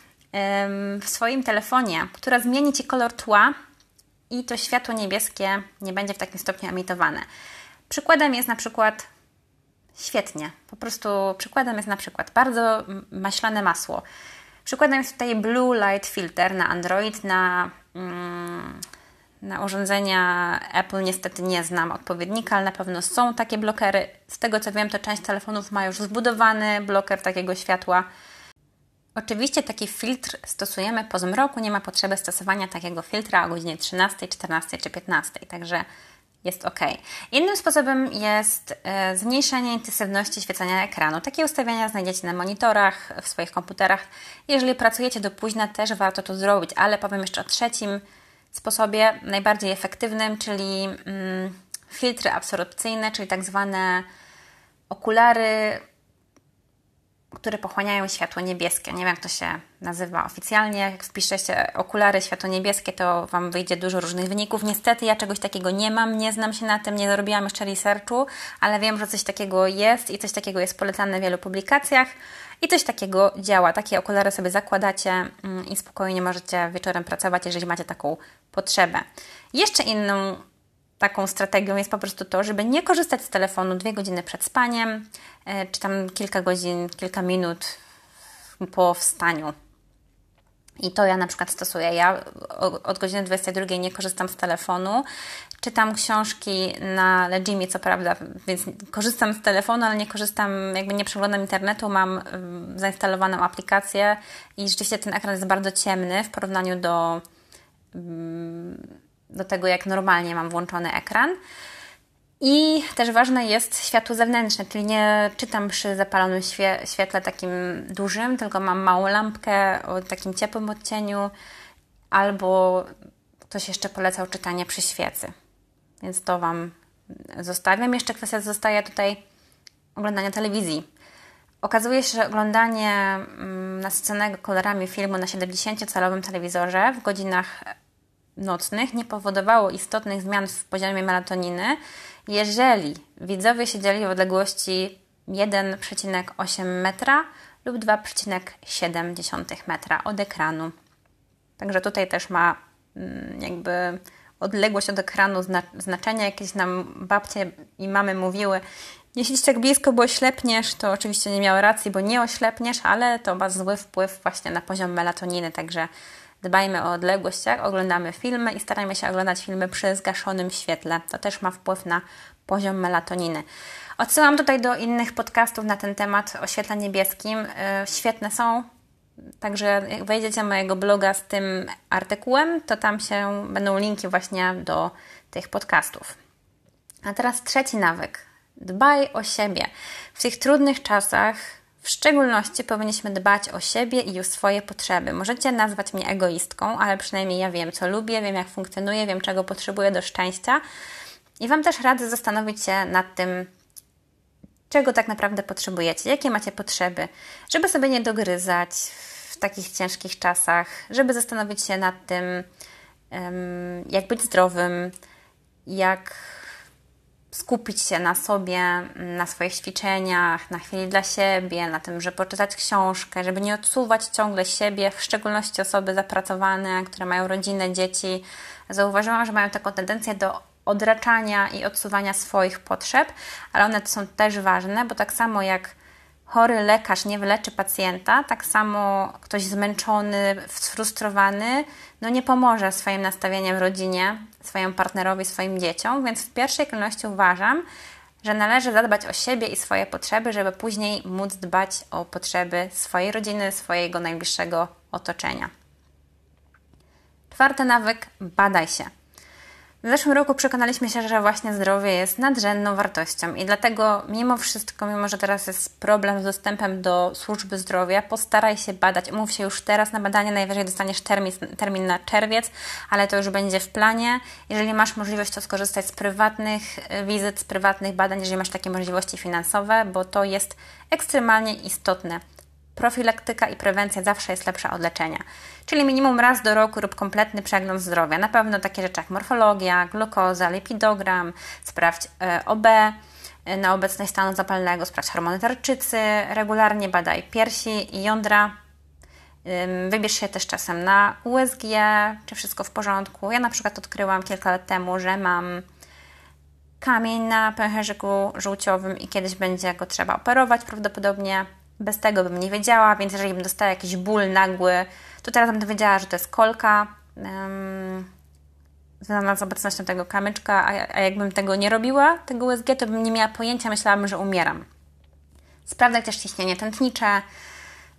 S1: w swoim telefonie, która zmieni Ci kolor tła i to światło niebieskie nie będzie w takim stopniu emitowane. Przykładem jest na przykład świetnie, po prostu przykładem jest na przykład bardzo maślane masło. Przykładem jest tutaj Blue Light Filter na Android, na, mm, na urządzenia Apple niestety nie znam odpowiednika, ale na pewno są takie blokery. Z tego co wiem, to część telefonów ma już zbudowany bloker takiego światła. Oczywiście taki filtr stosujemy po zmroku, nie ma potrzeby stosowania takiego filtra o godzinie trzynastej, czternastej czy piętnastej, także jest ok. Innym sposobem jest e, zmniejszenie intensywności świecenia ekranu. Takie ustawienia znajdziecie na monitorach, w swoich komputerach. Jeżeli pracujecie do późna, też warto to zrobić, ale powiem jeszcze o trzecim sposobie, najbardziej efektywnym, czyli mm, filtry absorpcyjne, czyli tak zwane okulary, które pochłaniają światło niebieskie. Nie wiem, jak to się nazywa oficjalnie. Jak wpiszecie okulary światło niebieskie, to Wam wyjdzie dużo różnych wyników. Niestety ja czegoś takiego nie mam, nie znam się na tym, nie zrobiłam jeszcze researchu, ale wiem, że coś takiego jest i coś takiego jest polecane w wielu publikacjach i coś takiego działa. Takie okulary sobie zakładacie i spokojnie możecie wieczorem pracować, jeżeli macie taką potrzebę. Jeszcze inną taką strategią jest po prostu to, żeby nie korzystać z telefonu dwie godziny przed spaniem, czy tam kilka godzin, kilka minut po wstaniu. I to ja na przykład stosuję. Ja od godziny dwudziestej drugiej nie korzystam z telefonu. Czytam książki na Legimie, co prawda, więc korzystam z telefonu, ale nie korzystam, jakby nie przeglądam internetu, mam zainstalowaną aplikację i rzeczywiście ten ekran jest bardzo ciemny w porównaniu do do tego, jak normalnie mam włączony ekran. I też ważne jest światło zewnętrzne, czyli nie czytam przy zapalonym świe- świetle takim dużym, tylko mam małą lampkę o takim ciepłym odcieniu, albo ktoś jeszcze polecał czytanie przy świecy. Więc to Wam zostawiam. Jeszcze kwestia zostaje tutaj oglądania telewizji. Okazuje się, że oglądanie mm, nasyconego kolorami filmu na siedemdziesięciocalowym telewizorze w godzinach nocnych nie powodowało istotnych zmian w poziomie melatoniny, jeżeli widzowie siedzieli w odległości jeden przecinek osiem metra lub dwa przecinek siedem metra od ekranu. Także tutaj też ma jakby odległość od ekranu zna- znaczenie. Jakieś nam babcie i mamy mówiły, nie siedź tak blisko, bo oślepniesz. To oczywiście nie miało racji, bo nie oślepniesz, ale to ma zły wpływ właśnie na poziom melatoniny, także dbajmy o odległość, jak oglądamy filmy i starajmy się oglądać filmy przy zgaszonym świetle. To też ma wpływ na poziom melatoniny. Odsyłam tutaj do innych podcastów na ten temat o świetle niebieskim. Yy, świetne są, także jak wejdziecie na mojego bloga z tym artykułem, to tam się będą linki właśnie do tych podcastów. A teraz trzeci nawyk. Dbaj o siebie. W tych trudnych czasach w szczególności powinniśmy dbać o siebie i o swoje potrzeby. Możecie nazwać mnie egoistką, ale przynajmniej ja wiem, co lubię, wiem, jak funkcjonuję, wiem, czego potrzebuję do szczęścia. I Wam też radzę zastanowić się nad tym, czego tak naprawdę potrzebujecie, jakie macie potrzeby, żeby sobie nie dogryzać w takich ciężkich czasach, żeby zastanowić się nad tym, jak być zdrowym, jak skupić się na sobie, na swoich ćwiczeniach, na chwili dla siebie, na tym, żeby poczytać książkę, żeby nie odsuwać ciągle siebie, w szczególności osoby zapracowane, które mają rodzinę, dzieci. Zauważyłam, że mają taką tendencję do odraczania i odsuwania swoich potrzeb, ale one są też ważne, bo tak samo jak chory lekarz nie wyleczy pacjenta, tak samo ktoś zmęczony, sfrustrowany, no nie pomoże swoim nastawieniem rodzinie, swojemu partnerowi, swoim dzieciom, więc w pierwszej kolejności uważam, że należy zadbać o siebie i swoje potrzeby, żeby później móc dbać o potrzeby swojej rodziny, swojego najbliższego otoczenia. Czwarty nawyk, badaj się. W zeszłym roku przekonaliśmy się, że właśnie zdrowie jest nadrzędną wartością i dlatego mimo wszystko, mimo że teraz jest problem z dostępem do służby zdrowia, postaraj się badać. Umów się już teraz na badanie, najwyżej dostaniesz termin, termin na czerwiec, ale to już będzie w planie. Jeżeli masz możliwość, to skorzystać z prywatnych wizyt, z prywatnych badań, jeżeli masz takie możliwości finansowe, bo to jest ekstremalnie istotne. Profilaktyka i prewencja zawsze jest lepsza od leczenia. Czyli minimum raz do roku rób kompletny przegląd zdrowia. Na pewno takie rzeczy jak morfologia, glukoza, lipidogram, sprawdź O B na obecność stanu zapalnego, sprawdź hormony tarczycy, regularnie badaj piersi i jądra. Wybierz się też czasem na U S G, czy wszystko w porządku. Ja na przykład odkryłam kilka lat temu, że mam kamień na pęcherzyku żółciowym i kiedyś będzie go trzeba operować prawdopodobnie. Bez tego bym nie wiedziała, więc jeżeli bym dostała jakiś ból nagły, to teraz bym wiedziała, że to jest kolka um, związana z obecnością tego kamyczka, a, a jakbym tego nie robiła, tego U S G, to bym nie miała pojęcia, myślałabym, że umieram. Sprawdzaj też ciśnienie tętnicze,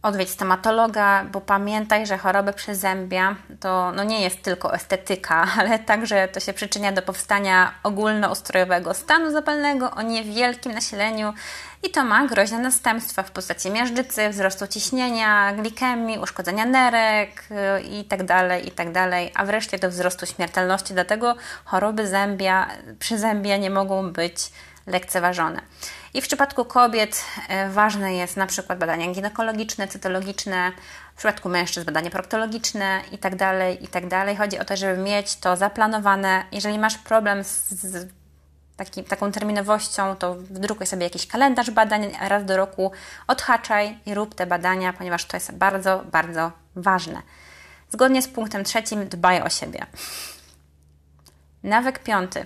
S1: odwiedź stomatologa, bo pamiętaj, że choroby przyzębia to no nie jest tylko estetyka, ale także to się przyczynia do powstania ogólnoustrojowego stanu zapalnego o niewielkim nasileniu i to ma groźne następstwa w postaci miażdżycy, wzrostu ciśnienia, glikemii, uszkodzenia nerek itd., itd., a wreszcie do wzrostu śmiertelności. Dlatego choroby zębia, przyzębia nie mogą być lekceważone. I w przypadku kobiet ważne jest na przykład badanie ginekologiczne, cytologiczne, w przypadku mężczyzn badanie proktologiczne itd., itd. Chodzi o to, żeby mieć to zaplanowane. Jeżeli masz problem z, z taki, taką terminowością, to wdrukuj sobie jakiś kalendarz badań, raz do roku odhaczaj i rób te badania, ponieważ to jest bardzo, bardzo ważne. Zgodnie z punktem trzecim dbaj o siebie. Nawyk piąty.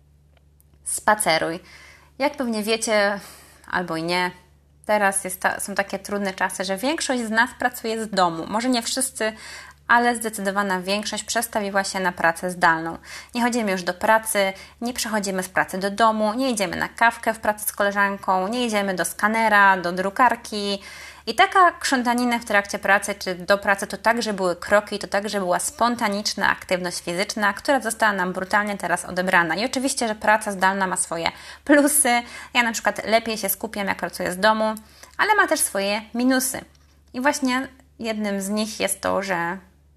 S1: Spaceruj. Jak pewnie wiecie, albo i nie, teraz jest ta, są takie trudne czasy, że większość z nas pracuje z domu. Może nie wszyscy, ale zdecydowana większość przestawiła się na pracę zdalną. Nie chodzimy już do pracy, nie przechodzimy z pracy do domu, nie idziemy na kawkę w pracy z koleżanką, nie idziemy do skanera, do drukarki. I taka krzątanina w trakcie pracy czy do pracy to także były kroki, to także była spontaniczna aktywność fizyczna, która została nam brutalnie teraz odebrana. I oczywiście, że praca zdalna ma swoje plusy. Ja na przykład lepiej się skupiam, jak pracuję z domu, ale ma też swoje minusy. I właśnie jednym z nich jest to, że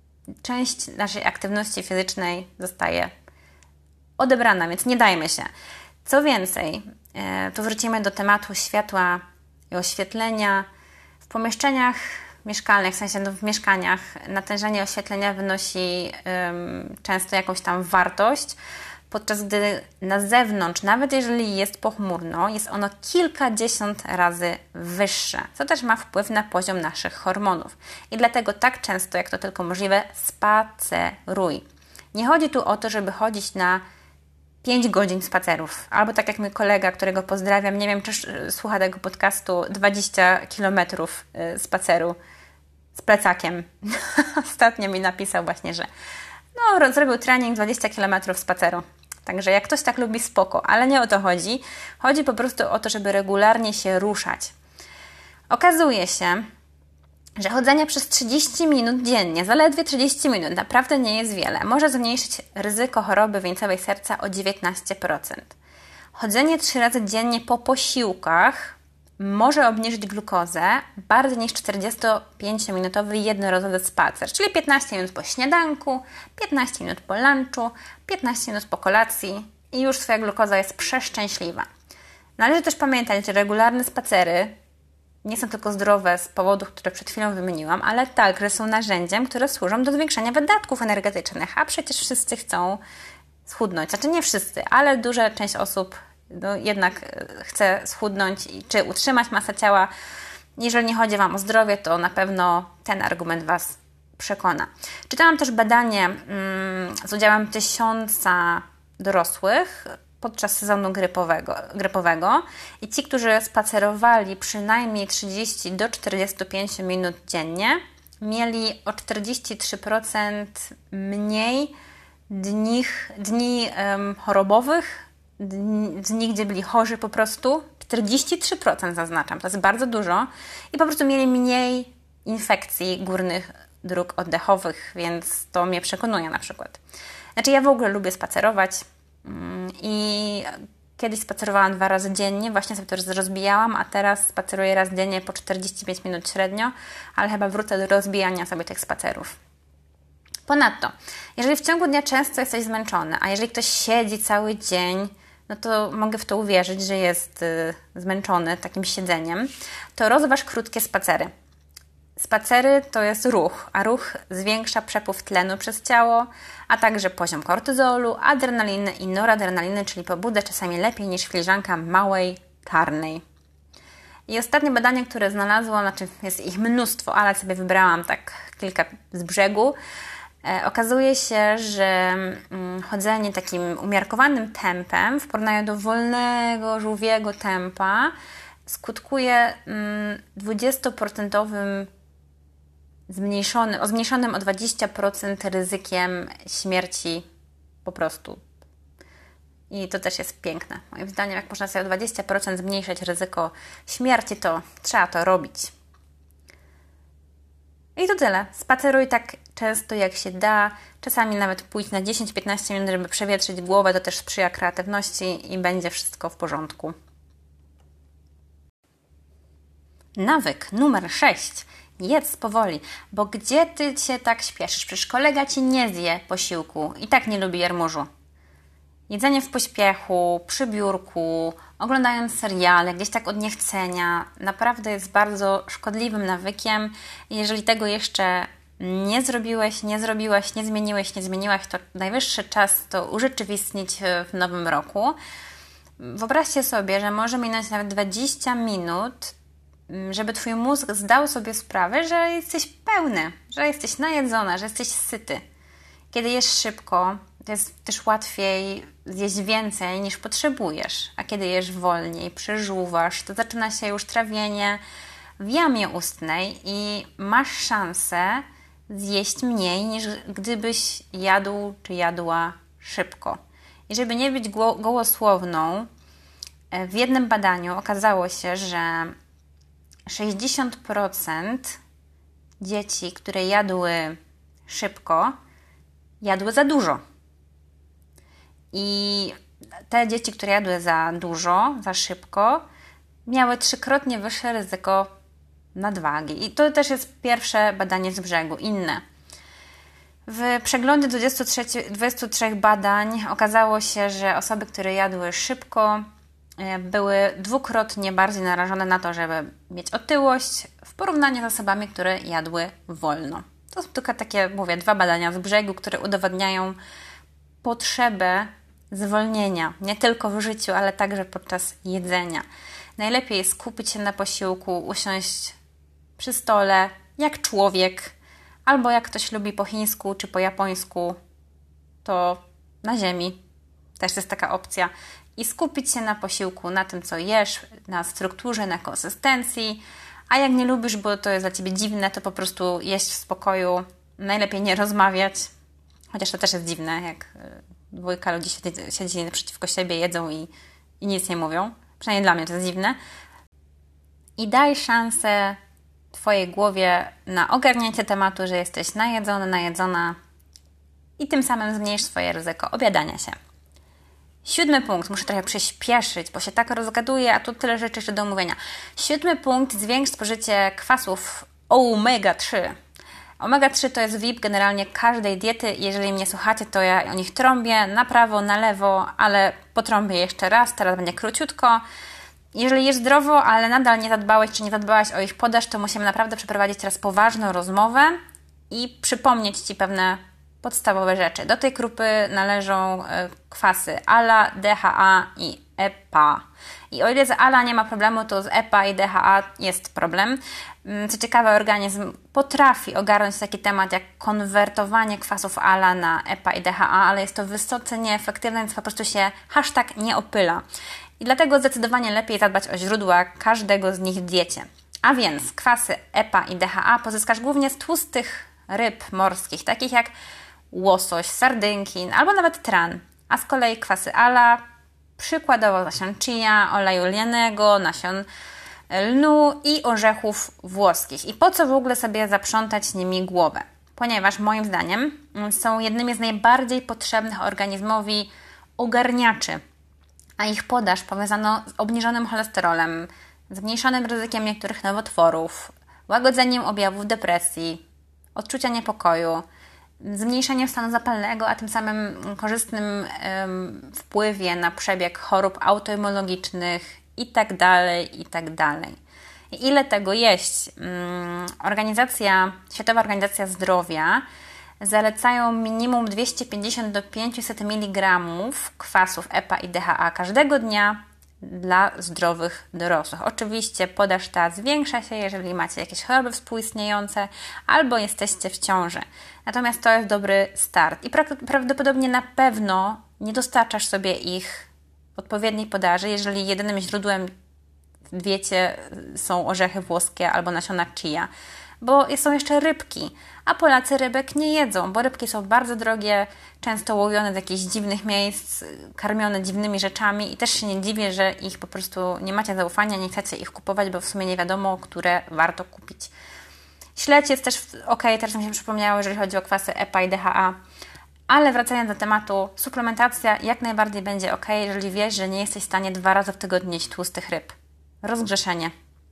S1: część naszej aktywności fizycznej zostaje odebrana, więc nie dajmy się. Co więcej, tu wrócimy do tematu światła i oświetlenia. W pomieszczeniach mieszkalnych, w sensie no w mieszkaniach, natężenie oświetlenia wynosi um, często jakąś tam wartość, podczas gdy na zewnątrz, nawet jeżeli jest pochmurno, jest ono kilkadziesiąt razy wyższe, co też ma wpływ na poziom naszych hormonów. I dlatego tak często, jak to tylko możliwe, spaceruj. Nie chodzi tu o to, żeby chodzić na pięć godzin spacerów, albo tak jak mój kolega, którego pozdrawiam, nie wiem, czy słucha tego podcastu, dwadzieścia kilometrów spaceru z plecakiem. Ostatnio mi napisał właśnie, że no, zrobił trening dwadzieścia kilometrów spaceru. Także jak ktoś tak lubi, spoko, ale nie o to chodzi. Chodzi po prostu o to, żeby regularnie się ruszać. Okazuje się, że chodzenie przez trzydzieści minut dziennie, zaledwie trzydzieści minut, naprawdę nie jest wiele. Może zmniejszyć ryzyko choroby wieńcowej serca o dziewiętnaście procent. Chodzenie trzy razy dziennie po posiłkach może obniżyć glukozę bardziej niż czterdziestopięciominutowy jednorazowy spacer, czyli piętnaście minut po śniadanku, piętnaście minut po lunchu, piętnaście minut po kolacji i już Twoja glukoza jest przeszczęśliwa. Należy też pamiętać, że regularne spacery nie są tylko zdrowe z powodów, które przed chwilą wymieniłam, ale także są narzędziem, które służą do zwiększania wydatków energetycznych, a przecież wszyscy chcą schudnąć. Znaczy nie wszyscy, ale duża część osób no, jednak chce schudnąć czy utrzymać masę ciała. Jeżeli nie chodzi Wam o zdrowie, to na pewno ten argument Was przekona. Czytałam też badanie mm, z udziałem tysiąca dorosłych podczas sezonu grypowego, grypowego i ci, którzy spacerowali przynajmniej trzydzieści do czterdziestu pięciu minut dziennie, mieli o czterdzieści trzy procent mniej dni, dni um, chorobowych, dni, dni, gdzie byli chorzy po prostu. czterdzieści trzy procent zaznaczam, to jest bardzo dużo i po prostu mieli mniej infekcji górnych dróg oddechowych, więc to mnie przekonuje na przykład. Znaczy ja w ogóle lubię spacerować, i kiedyś spacerowałam dwa razy dziennie, właśnie sobie to rozbijałam, a teraz spaceruję raz dziennie po czterdzieści pięć minut średnio, ale chyba wrócę do rozbijania sobie tych spacerów. Ponadto, jeżeli w ciągu dnia często jesteś zmęczony, a jeżeli ktoś siedzi cały dzień, no to mogę w to uwierzyć, że jest y, zmęczony takim siedzeniem, to rozważ krótkie spacery. Spacery to jest ruch, a ruch zwiększa przepływ tlenu przez ciało, a także poziom kortyzolu, adrenaliny i noradrenaliny, czyli pobudę czasami lepiej niż filiżanka małej karnej. I ostatnie badanie, które znalazłam, znaczy jest ich mnóstwo, ale sobie wybrałam tak kilka z brzegu, e, okazuje się, że mm, chodzenie takim umiarkowanym tempem w porównaniu do wolnego, żółwiego tempa skutkuje mm, dwudziestoprocentowym Zmniejszony, o zmniejszonym o dwadzieścia procent ryzykiem śmierci po prostu. I to też jest piękne. Moim zdaniem, jak można sobie o dwadzieścia procent zmniejszyć ryzyko śmierci, to trzeba to robić. I to tyle. Spaceruj tak często jak się da. Czasami nawet pójdź na dziesięć do piętnastu minut, żeby przewietrzyć głowę. To też sprzyja kreatywności i będzie wszystko w porządku. Nawyk numer sześć. Jedz powoli, bo gdzie Ty się tak śpieszysz? Przecież kolega Ci nie zje posiłku i tak nie lubi jarmużu. Jedzenie w pośpiechu, przy biurku, oglądając seriale, gdzieś tak od niechcenia, naprawdę jest bardzo szkodliwym nawykiem. Jeżeli tego jeszcze nie zrobiłeś, nie zrobiłeś, nie zmieniłeś, nie zmieniłaś, to najwyższy czas to urzeczywistnić w nowym roku. Wyobraźcie sobie, że może minąć nawet dwadzieścia minut, żeby Twój mózg zdał sobie sprawę, że jesteś pełny, że jesteś najedzona, że jesteś syty. Kiedy jesz szybko, to jest też łatwiej zjeść więcej niż potrzebujesz, a kiedy jesz wolniej, przeżuwasz, to zaczyna się już trawienie w jamie ustnej i masz szansę zjeść mniej niż gdybyś jadł czy jadła szybko. I żeby nie być go- gołosłowną, w jednym badaniu okazało się, że sześćdziesiąt procent dzieci, które jadły szybko, jadły za dużo. I te dzieci, które jadły za dużo, za szybko, miały trzykrotnie wyższe ryzyko nadwagi. I to też jest pierwsze badanie z brzegu. Inne. W przeglądzie dwudziestu trzech badań okazało się, że osoby, które jadły szybko, były dwukrotnie bardziej narażone na to, żeby mieć otyłość w porównaniu z osobami, które jadły wolno. To są tylko takie, mówię, dwa badania z brzegu, które udowadniają potrzebę zwolnienia, nie tylko w życiu, ale także podczas jedzenia. Najlepiej jest skupić się na posiłku, usiąść przy stole jak człowiek, albo jak ktoś lubi po chińsku czy po japońsku, to na ziemi. Też jest taka opcja. I skupić się na posiłku, na tym, co jesz, na strukturze, na konsystencji. A jak nie lubisz, bo to jest dla Ciebie dziwne, to po prostu jeść w spokoju. Najlepiej nie rozmawiać. Chociaż to też jest dziwne, jak dwójka ludzi siedzi, siedzi naprzeciwko siebie, jedzą i, i nic nie mówią. Przynajmniej dla mnie to jest dziwne. I daj szansę Twojej głowie na ogarnięcie tematu, że jesteś najedzony, najedzona i tym samym zmniejsz swoje ryzyko obiadania się. Siódmy punkt. Muszę trochę przyspieszyć, bo się tak rozgaduję, a tu tyle rzeczy jeszcze do omówienia. Siódmy punkt. Zwiększ spożycie kwasów omega trzy. omega trzy to jest V I P generalnie każdej diety. Jeżeli mnie słuchacie, to ja o nich trąbię na prawo, na lewo, ale potrąbię jeszcze raz. Teraz będzie króciutko. Jeżeli jesz zdrowo, ale nadal nie zadbałeś czy nie zadbałaś o ich podaż, to musimy naprawdę przeprowadzić teraz poważną rozmowę i przypomnieć Ci pewne podstawowe rzeczy. Do tej grupy należą kwasy A L A, D H A i E P A. I o ile z A L A nie ma problemu, to z E P A i D H A jest problem. Co ciekawe, organizm potrafi ogarnąć taki temat jak konwertowanie kwasów A L A na E P A i D H A, ale jest to wysoce nieefektywne, więc po prostu się hashtag nie opyla. I dlatego zdecydowanie lepiej zadbać o źródła każdego z nich w diecie. A więc kwasy E P A i D H A pozyskasz głównie z tłustych ryb morskich, takich jak łosoś, sardynki albo nawet tran. A z kolei kwasy A L A, przykładowo nasion chia, oleju lnianego, nasion lnu i orzechów włoskich. I po co w ogóle sobie zaprzątać nimi głowę? Ponieważ moim zdaniem są jednymi z najbardziej potrzebnych organizmowi ogarniaczy, a ich podaż powiązano z obniżonym cholesterolem, zmniejszonym ryzykiem niektórych nowotworów, łagodzeniem objawów depresji, odczucia niepokoju, zmniejszeniem stanu zapalnego, a tym samym korzystnym ym, wpływie na przebieg chorób autoimmunologicznych itd., itd. I ile tego jeść? Ym, organizacja, Światowa Organizacja Zdrowia zalecają minimum dwieście pięćdziesiąt do pięciuset miligramów kwasów E P A i D H A każdego dnia dla zdrowych dorosłych. Oczywiście podaż ta zwiększa się, jeżeli macie jakieś choroby współistniejące albo jesteście w ciąży. Natomiast to jest dobry start i pra- prawdopodobnie na pewno nie dostarczasz sobie ich w odpowiedniej podaży, jeżeli jedynym źródłem w diecie są orzechy włoskie albo nasiona chia. Bo są jeszcze rybki, a Polacy rybek nie jedzą, bo rybki są bardzo drogie, często łowione z jakichś dziwnych miejsc, karmione dziwnymi rzeczami i też się nie dziwię, że ich po prostu nie macie zaufania, nie chcecie ich kupować, bo w sumie nie wiadomo, które warto kupić. Śledź jest też ok, teraz mi się przypomniało, jeżeli chodzi o kwasy E P A i D H A. Ale wracając do tematu, suplementacja jak najbardziej będzie ok, jeżeli wiesz, że nie jesteś w stanie dwa razy w tygodniu jeść tłustych ryb. Rozgrzeszenie.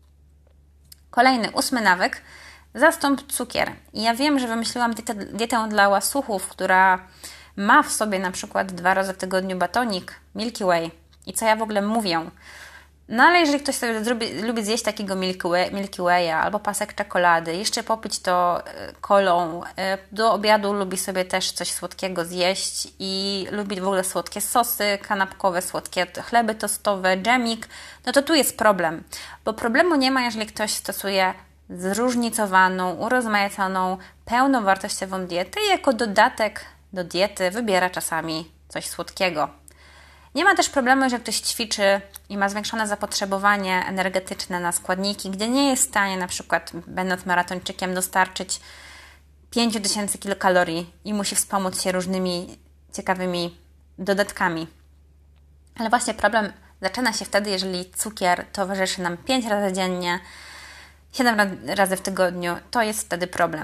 S1: Kolejny, ósmy nawyk. Zastąp cukier. I ja wiem, że wymyśliłam dietę, dietę dla łasuchów, która ma w sobie na przykład dwa razy w tygodniu batonik Milky Way. I co ja w ogóle mówię? No ale jeżeli ktoś sobie lubi, lubi zjeść takiego Milky, Way, Milky Way'a albo pasek czekolady, jeszcze popić to kolą, do obiadu lubi sobie też coś słodkiego zjeść i lubi w ogóle słodkie sosy kanapkowe, słodkie chleby tostowe, dżemik, no to tu jest problem. Bo problemu nie ma, jeżeli ktoś stosuje zróżnicowaną, urozmaiconą, pełnowartościową dietę i jako dodatek do diety wybiera czasami coś słodkiego. Nie ma też problemu, że ktoś ćwiczy i ma zwiększone zapotrzebowanie energetyczne na składniki, gdzie nie jest w stanie na przykład, będąc maratończykiem, dostarczyć pięć tysięcy kilokalorii i musi wspomóc się różnymi ciekawymi dodatkami. Ale właśnie problem zaczyna się wtedy, jeżeli cukier towarzyszy nam pięć razy dziennie, siedem razy w tygodniu, to jest wtedy problem.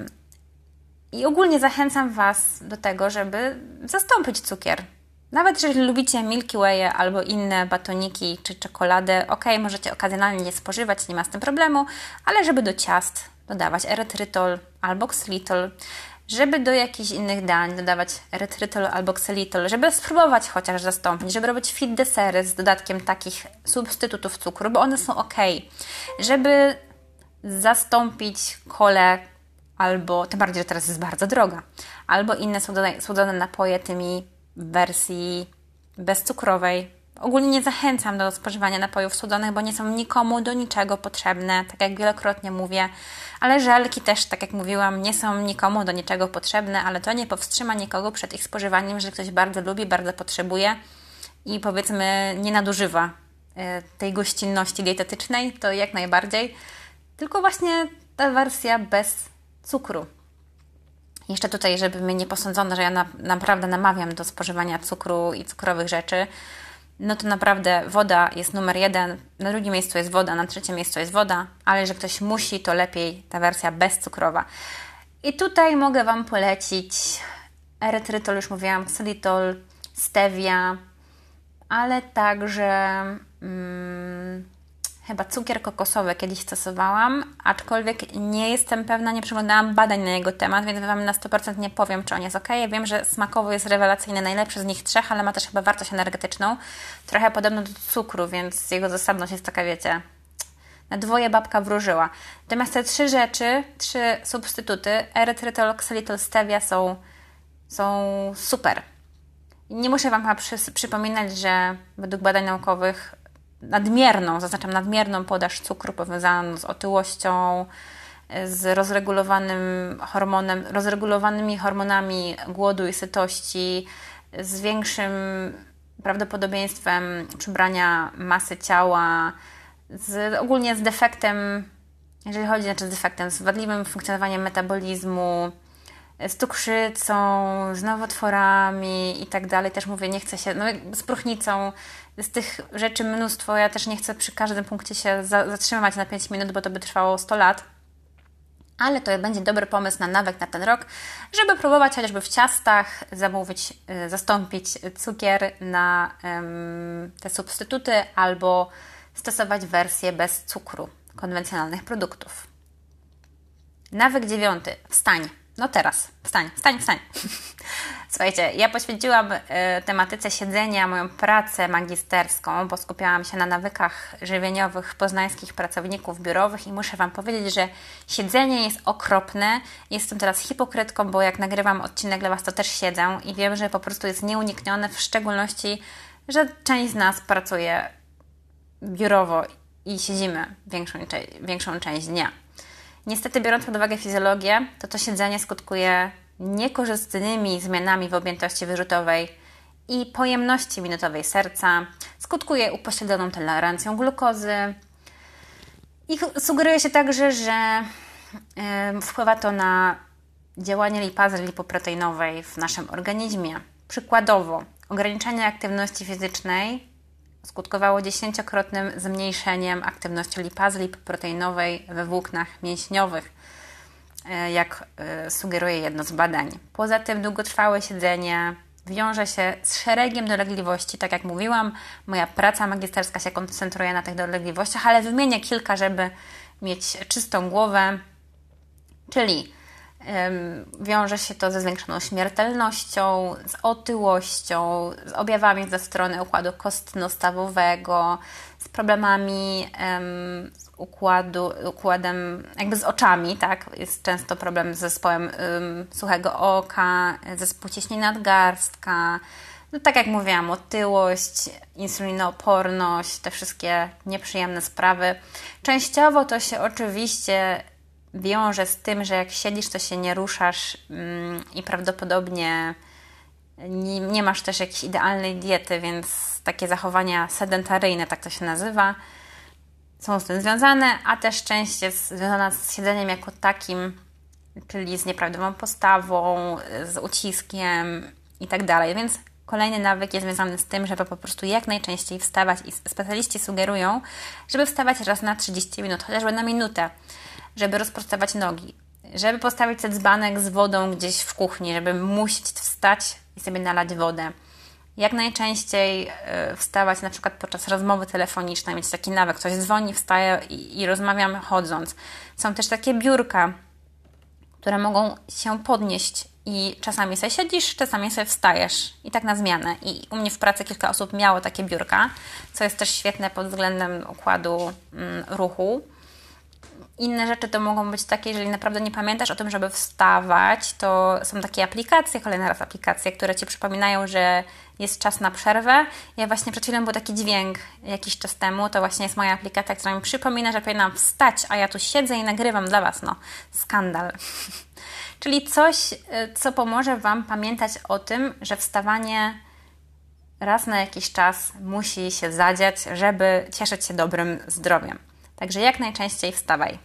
S1: I ogólnie zachęcam Was do tego, żeby zastąpić cukier. Nawet jeżeli lubicie Milky Way albo inne batoniki czy czekoladę, ok, możecie okazjonalnie je spożywać, nie ma z tym problemu, ale żeby do ciast dodawać erytrytol albo ksylitol, żeby do jakichś innych dań dodawać erytrytol albo ksylitol, żeby spróbować chociaż zastąpić, żeby robić fit desery z dodatkiem takich substytutów cukru, bo one są ok, żeby zastąpić kolę albo, tym bardziej, że teraz jest bardzo droga, albo inne słodzone, słodzone napoje tymi w wersji bezcukrowej. Ogólnie nie zachęcam do spożywania napojów słodzonych, bo nie są nikomu do niczego potrzebne, tak jak wielokrotnie mówię, ale żelki też, tak jak mówiłam, nie są nikomu do niczego potrzebne, ale to nie powstrzyma nikogo przed ich spożywaniem, jeżeli ktoś bardzo lubi, bardzo potrzebuje i powiedzmy nie nadużywa tej gościnności dietetycznej, to jak najbardziej, tylko właśnie ta wersja bez cukru. Jeszcze tutaj, żeby mnie nie posądzono, że ja na, naprawdę namawiam do spożywania cukru i cukrowych rzeczy, no to naprawdę woda jest numer jeden, na drugim miejscu jest woda, na trzecim miejscu jest woda, ale że ktoś musi, to lepiej ta wersja bezcukrowa. I tutaj mogę Wam polecić erytrytol, już mówiłam, ksylitol, stevia, ale także mm, chyba cukier kokosowy kiedyś stosowałam, aczkolwiek nie jestem pewna, nie przeglądałam badań na jego temat, więc Wam na sto procent nie powiem, czy on jest ok. Ja wiem, że smakowo jest rewelacyjny, najlepszy z nich trzech, ale ma też chyba wartość energetyczną, trochę podobno do cukru, więc jego zasadność jest taka, wiecie, na dwoje babka wróżyła. Natomiast te trzy rzeczy, trzy substytuty, erytrytol, ksylitol, stevia są, są super. Nie muszę Wam chyba przy, przypominać, że według badań naukowych nadmierną, zaznaczam nadmierną podaż cukru powiązaną z otyłością, z rozregulowanym hormonem, rozregulowanymi hormonami głodu i sytości, z większym prawdopodobieństwem przybrania masy ciała, z, ogólnie z defektem, jeżeli chodzi znaczy z defektem, z wadliwym funkcjonowaniem metabolizmu, z cukrzycą, z nowotworami i tak dalej. Też mówię, nie chcę się, no z próchnicą, z tych rzeczy mnóstwo. Ja też nie chcę przy każdym punkcie się za, zatrzymywać na pięć minut, bo to by trwało sto lat. Ale to będzie dobry pomysł na nawyk na ten rok, żeby próbować chociażby w ciastach zamówić, y, zastąpić cukier na ym, te substytuty albo stosować wersję bez cukru konwencjonalnych produktów. Nawyk dziewiąty. Wstań. No teraz. Wstań, wstań, wstań. Słuchajcie, ja poświęciłam y, tematyce siedzenia moją pracę magisterską, bo skupiałam się na nawykach żywieniowych poznańskich pracowników biurowych i muszę Wam powiedzieć, że siedzenie jest okropne. Jestem teraz hipokrytką, bo jak nagrywam odcinek dla Was, to też siedzę i wiem, że po prostu jest nieuniknione, w szczególności, że część z nas pracuje biurowo i siedzimy większą, większą część dnia. Niestety, biorąc pod uwagę fizjologię, to to siedzenie skutkuje niekorzystnymi zmianami w objętości wyrzutowej i pojemności minutowej serca, skutkuje upośledzoną tolerancją glukozy i sugeruje się także, że yy, wpływa to na działanie lipazy lipoproteinowej w naszym organizmie. Przykładowo, ograniczenie aktywności fizycznej skutkowało dziesięciokrotnym zmniejszeniem aktywności lipazy lipoproteinowej we włóknach mięśniowych. jak sugeruje jedno z badań. Poza tym długotrwałe siedzenie wiąże się z szeregiem dolegliwości. Tak jak mówiłam, moja praca magisterska się koncentruje na tych dolegliwościach, ale wymienię kilka, żeby mieć czystą głowę, czyli wiąże się to ze zwiększoną śmiertelnością, z otyłością, z objawami ze strony układu kostno-stawowego, z problemami um, z układu, układem, jakby z oczami, tak? Jest często problem z zespołem um, suchego oka, zespół cieśni nadgarstka. No tak jak mówiłam, otyłość, insulinooporność, te wszystkie nieprzyjemne sprawy. Częściowo to się oczywiście wiąże z tym, że jak siedzisz, to się nie ruszasz mm, i prawdopodobnie nie, nie masz też jakiejś idealnej diety, więc takie zachowania sedentaryjne, tak to się nazywa, są z tym związane, a też część jest związana z siedzeniem jako takim, czyli z nieprawidłową postawą, z uciskiem i tak dalej, więc kolejny nawyk jest związany z tym, żeby po prostu jak najczęściej wstawać i specjaliści sugerują, żeby wstawać raz na trzydzieści minut, chociażby na minutę, żeby rozprostować nogi, żeby postawić ten dzbanek z wodą gdzieś w kuchni, żeby musieć wstać i sobie nalać wodę. Jak najczęściej wstawać na przykład podczas rozmowy telefonicznej, mieć taki nawyk, ktoś dzwoni, wstaję i, i rozmawiam chodząc. Są też takie biurka, które mogą się podnieść i czasami sobie siedzisz, czasami sobie wstajesz i tak na zmianę. I u mnie w pracy kilka osób miało takie biurka, co jest też świetne pod względem układu mm, ruchu. Inne rzeczy to mogą być takie, jeżeli naprawdę nie pamiętasz o tym, żeby wstawać, to są takie aplikacje, kolejny raz aplikacje, które Ci przypominają, że jest czas na przerwę. Ja właśnie przed chwilą był taki dźwięk jakiś czas temu, to właśnie jest moja aplikacja, która mi przypomina, że powinnam wstać, a ja tu siedzę i nagrywam dla Was, no, skandal. Czyli coś, co pomoże Wam pamiętać o tym, że wstawanie raz na jakiś czas musi się zadziać, żeby cieszyć się dobrym zdrowiem. Także jak najczęściej wstawaj.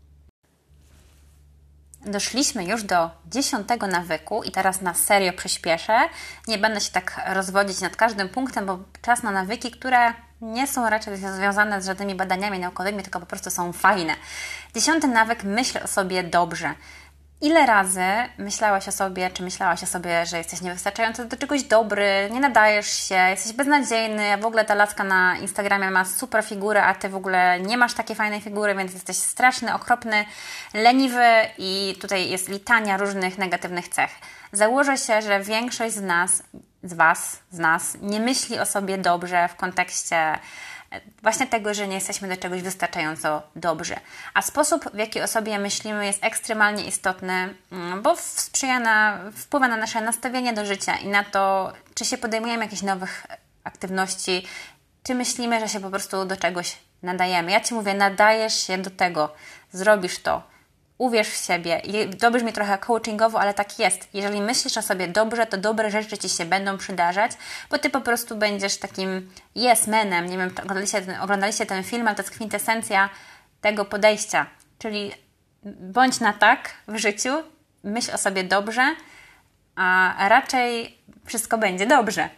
S1: Doszliśmy już do dziesiątego nawyku i teraz na serio przyspieszę. Nie będę się tak rozwodzić nad każdym punktem, bo czas na nawyki, które nie są raczej związane z żadnymi badaniami naukowymi, tylko po prostu są fajne. Dziesiąty nawyk: myśl o sobie dobrze. Ile razy myślałaś o sobie, czy myślałaś o sobie, że jesteś niewystarczająco do czegoś dobry, nie nadajesz się, jesteś beznadziejny, a w ogóle ta laska na Instagramie ma super figurę, a Ty w ogóle nie masz takiej fajnej figury, więc jesteś straszny, okropny, leniwy i tutaj jest litania różnych negatywnych cech. Założę się, że większość z nas, z Was, z nas nie myśli o sobie dobrze w kontekście właśnie tego, że nie jesteśmy do czegoś wystarczająco dobrzy. A sposób, w jaki o sobie myślimy, jest ekstremalnie istotny, bo sprzyja na, wpływa na nasze nastawienie do życia i na to, czy się podejmujemy jakichś nowych aktywności, czy myślimy, że się po prostu do czegoś nadajemy. Ja Ci mówię, nadajesz się do tego, zrobisz to, uwierz w siebie. I to brzmi trochę coachingowo, ale tak jest. Jeżeli myślisz o sobie dobrze, to dobre rzeczy Ci się będą przydarzać, bo Ty po prostu będziesz takim yes manem. Nie wiem, oglądaliście ten, oglądaliście ten film, ale to jest kwintesencja tego podejścia. Czyli bądź na tak w życiu, myśl o sobie dobrze, a raczej wszystko będzie dobrze.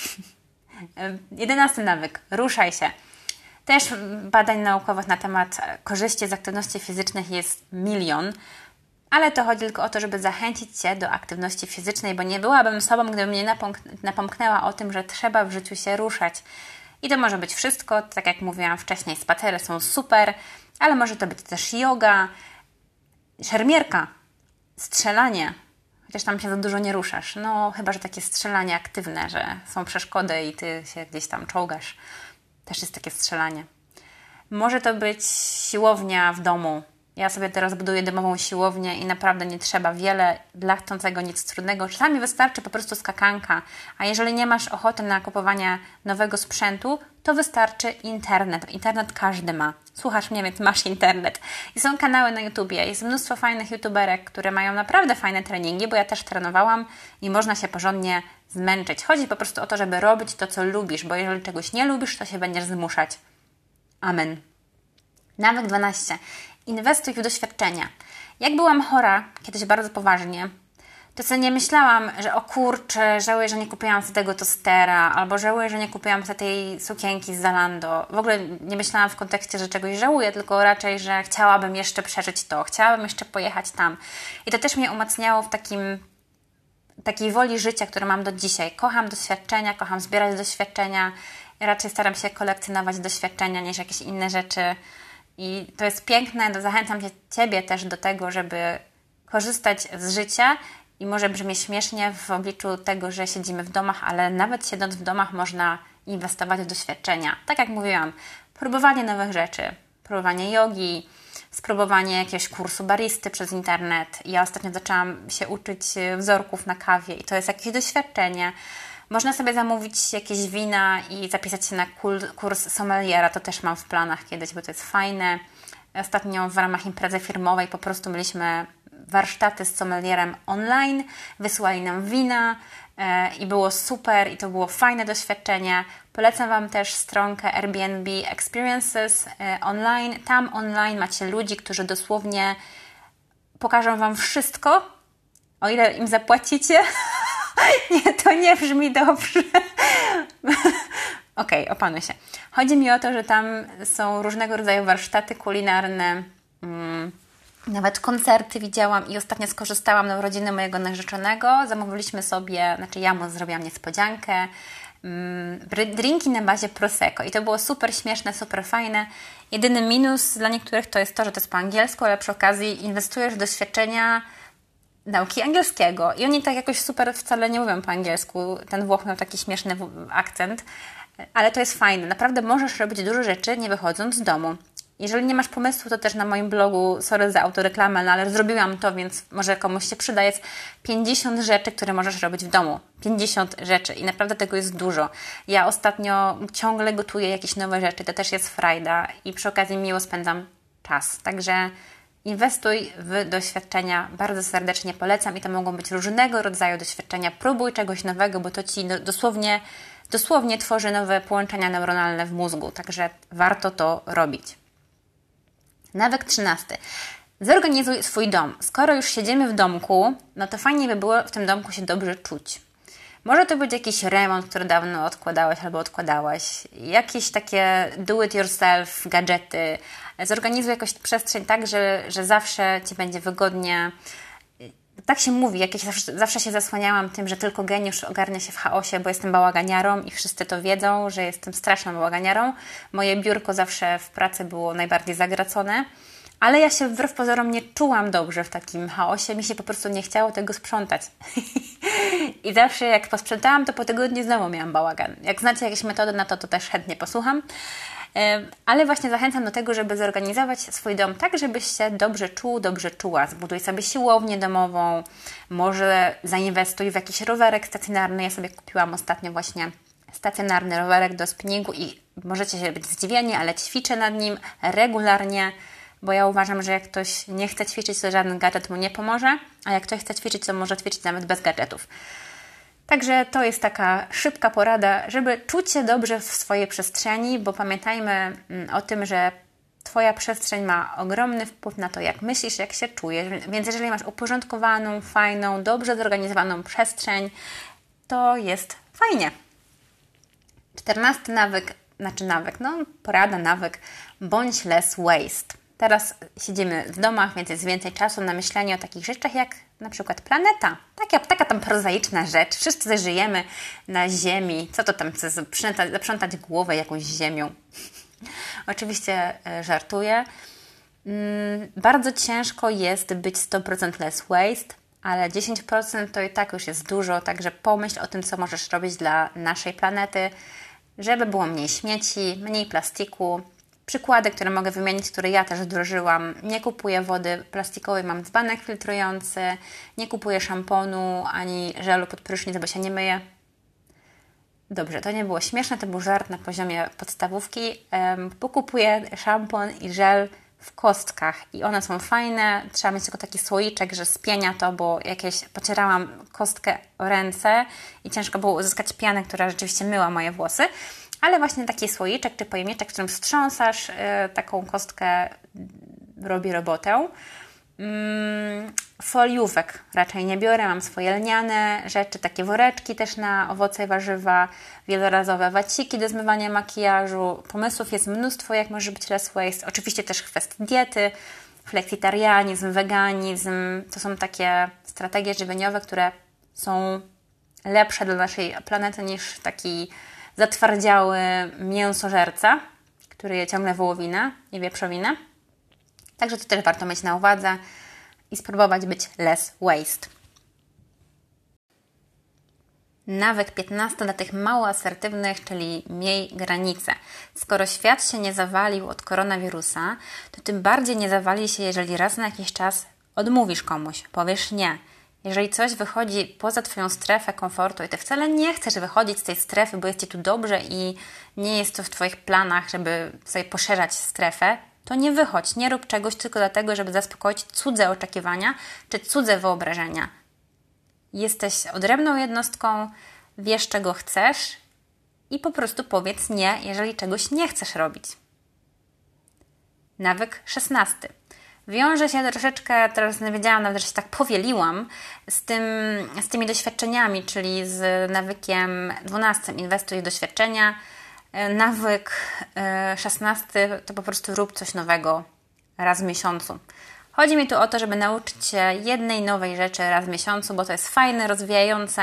S1: Jedenasty nawyk. Ruszaj się. Też badań naukowych na temat korzyści z aktywności fizycznych jest milion, ale to chodzi tylko o to, żeby zachęcić Cię do aktywności fizycznej, bo nie byłabym sobą, gdybym mnie napomk- napomknęła o tym, że trzeba w życiu się ruszać. I to może być wszystko, tak jak mówiłam wcześniej, spacery są super, ale może to być też yoga, szermierka, strzelanie, chociaż tam się za dużo nie ruszasz. No chyba, że takie strzelanie aktywne, że są przeszkody i Ty się gdzieś tam czołgasz. Też jest takie strzelanie. Może to być siłownia w domu. Ja sobie teraz buduję domową siłownię i naprawdę nie trzeba wiele, dla chcącego nic trudnego. Czasami wystarczy po prostu skakanka, a jeżeli nie masz ochoty na kupowanie nowego sprzętu, to wystarczy internet. Internet każdy ma. Słuchasz mnie, więc masz internet. I są kanały na YouTubie, jest mnóstwo fajnych youtuberek, które mają naprawdę fajne treningi, bo ja też trenowałam i można się porządnie zmęczyć. Chodzi po prostu o to, żeby robić to, co lubisz, bo jeżeli czegoś nie lubisz, to się będziesz zmuszać. Amen. Nawyk dwanaście. Inwestuj w doświadczenia. Jak byłam chora, kiedyś bardzo poważnie, to co nie myślałam, że o kurczę, żałuję, że nie kupiłam sobie tego tostera, albo żałuję, że nie kupiłam sobie tej sukienki z Zalando. W ogóle nie myślałam w kontekście, że czegoś żałuję, tylko raczej, że chciałabym jeszcze przeżyć to, chciałabym jeszcze pojechać tam. I to też mnie umacniało w takim, takiej woli życia, które mam do dzisiaj. Kocham doświadczenia, kocham zbierać doświadczenia. Raczej staram się kolekcjonować doświadczenia niż jakieś inne rzeczy. I to jest piękne. Zachęcam Ciebie też do tego, żeby korzystać z życia. I może brzmi śmiesznie w obliczu tego, że siedzimy w domach, ale nawet siedząc w domach można inwestować w doświadczenia. Tak jak mówiłam, próbowanie nowych rzeczy, próbowanie jogi, spróbowanie jakiegoś kursu baristy przez internet. Ja ostatnio zaczęłam się uczyć wzorków na kawie i to jest jakieś doświadczenie. Można sobie zamówić jakieś wina i zapisać się na kurs sommeliera. To też mam w planach kiedyś, bo to jest fajne. Ostatnio w ramach imprezy firmowej po prostu mieliśmy warsztaty z sommelierem online, wysłali nam wina e, i było super i to było fajne doświadczenie. Polecam Wam też stronkę Airbnb Experiences e, online. Tam online macie ludzi, którzy dosłownie pokażą Wam wszystko, o ile im zapłacicie. Nie, to nie brzmi dobrze. Okej, okay, opanuj się. Chodzi mi o to, że tam są różnego rodzaju warsztaty kulinarne, mm, nawet koncerty widziałam i ostatnio skorzystałam na urodziny mojego narzeczonego. Zamówiliśmy sobie, znaczy ja mu zrobiłam niespodziankę, mm, drinki na bazie Prosecco i to było super śmieszne, super fajne. Jedyny minus dla niektórych to jest to, że to jest po angielsku, ale przy okazji inwestujesz w doświadczenia nauki angielskiego i oni tak jakoś super wcale nie mówią po angielsku. Ten Włoch miał taki śmieszny akcent, ale to jest fajne. Naprawdę możesz robić dużo rzeczy nie wychodząc z domu. Jeżeli nie masz pomysłu, to też na moim blogu, sorry za autoreklamę, no ale zrobiłam to, więc może komuś się przyda, jest pięćdziesiąt rzeczy, które możesz robić w domu. pięćdziesiąt rzeczy i naprawdę tego jest dużo. Ja ostatnio ciągle gotuję jakieś nowe rzeczy, to też jest frajda i przy okazji miło spędzam czas. Także inwestuj w doświadczenia, bardzo serdecznie polecam i to mogą być różnego rodzaju doświadczenia. Próbuj czegoś nowego, bo to Ci dosłownie, dosłownie tworzy nowe połączenia neuronalne w mózgu, także warto to robić. Nawyk trzynasty. Zorganizuj swój dom. Skoro już siedzimy w domku, no to fajnie by było w tym domku się dobrze czuć. Może to być jakiś remont, który dawno odkładałeś albo odkładałaś. Jakieś takie do it yourself gadżety. Zorganizuj jakoś przestrzeń tak, że, że zawsze Ci będzie wygodnie. Tak się mówi, jak ja się zawsze, zawsze się zasłaniałam tym, że tylko geniusz ogarnia się w chaosie, bo jestem bałaganiarą i wszyscy to wiedzą, że jestem straszną bałaganiarą. Moje biurko zawsze w pracy było najbardziej zagracone, ale ja się wbrew pozorom nie czułam dobrze w takim chaosie, mi się po prostu nie chciało tego sprzątać. I zawsze jak posprzątałam, to po tygodniu znowu miałam bałagan. Jak znacie jakieś metody na to, to też chętnie posłucham. Ale właśnie zachęcam do tego, żeby zorganizować swój dom tak, żebyś się dobrze czuł, dobrze czuła. Zbuduj sobie siłownię domową, może zainwestuj w jakiś rowerek stacjonarny. Ja sobie kupiłam ostatnio właśnie stacjonarny rowerek do spinningu i możecie się być zdziwieni, ale ćwiczę nad nim regularnie, bo ja uważam, że jak ktoś nie chce ćwiczyć, to żaden gadżet mu nie pomoże, a jak ktoś chce ćwiczyć, to może ćwiczyć nawet bez gadżetów. Także to jest taka szybka porada, żeby czuć się dobrze w swojej przestrzeni, bo pamiętajmy o tym, że Twoja przestrzeń ma ogromny wpływ na to, jak myślisz, jak się czujesz. Więc jeżeli masz uporządkowaną, fajną, dobrze zorganizowaną przestrzeń, to jest fajnie. Czternasty nawyk, znaczy nawyk, no porada, nawyk, bądź less waste. Teraz siedzimy w domach, więc jest więcej czasu na myślenie o takich rzeczach jak na przykład planeta. Taka, taka tam prozaiczna rzecz. Wszyscy żyjemy na Ziemi. Co to tam, chce zaprzątać, zaprzątać głowę jakąś ziemią? Oczywiście żartuję. Mm, bardzo ciężko jest być sto procent less waste, ale dziesięć procent to i tak już jest dużo, także pomyśl o tym, co możesz robić dla naszej planety, żeby było mniej śmieci, mniej plastiku. Przykłady, które mogę wymienić, które ja też wdrożyłam. Nie kupuję wody plastikowej, mam dzbanek filtrujący, nie kupuję szamponu ani żelu pod prysznic, bo się nie myję. Dobrze, to nie było śmieszne, to był żart na poziomie podstawówki. Um, pokupuję szampon i żel w kostkach i one są fajne. Trzeba mieć tylko taki słoiczek, że spienia to, bo jakieś pocierałam kostkę o ręce i ciężko było uzyskać pianę, która rzeczywiście myła moje włosy. Ale właśnie taki słoiczek czy pojemniczek, którym wstrząsasz, yy, taką kostkę robi robotę. mm, foliówek raczej nie biorę. Mam swoje lniane rzeczy, takie woreczki też na owoce i warzywa, wielorazowe waciki do zmywania makijażu. Pomysłów jest mnóstwo, jak może być less waste. Oczywiście też kwestie diety, fleksitarianizm, weganizm. To są takie strategie żywieniowe, które są lepsze dla naszej planety niż taki zatwardziały mięsożerca, który je ciągle wołowinę i wieprzowinę. Także to też warto mieć na uwadze i spróbować być less waste. Nawyk piętnasty dla tych mało asertywnych, czyli miej granice. Skoro świat się nie zawalił od koronawirusa, to tym bardziej nie zawali się, jeżeli raz na jakiś czas odmówisz komuś, powiesz nie. Jeżeli coś wychodzi poza Twoją strefę komfortu i Ty wcale nie chcesz wychodzić z tej strefy, bo jest Ci tu dobrze i nie jest to w Twoich planach, żeby sobie poszerzać strefę, to nie wychodź, nie rób czegoś tylko dlatego, żeby zaspokoić cudze oczekiwania czy cudze wyobrażenia. Jesteś odrębną jednostką, wiesz czego chcesz i po prostu powiedz nie, jeżeli czegoś nie chcesz robić. Nawyk szesnasty. Wiąże się troszeczkę, teraz nie wiedziałam nawet, że się tak powieliłam, z, tym, z tymi doświadczeniami, czyli z nawykiem dwunastym. Inwestuj w doświadczenia. Nawyk szesnasty to po prostu rób coś nowego raz w miesiącu. Chodzi mi tu o to, żeby nauczyć się jednej nowej rzeczy raz w miesiącu, bo to jest fajne, rozwijające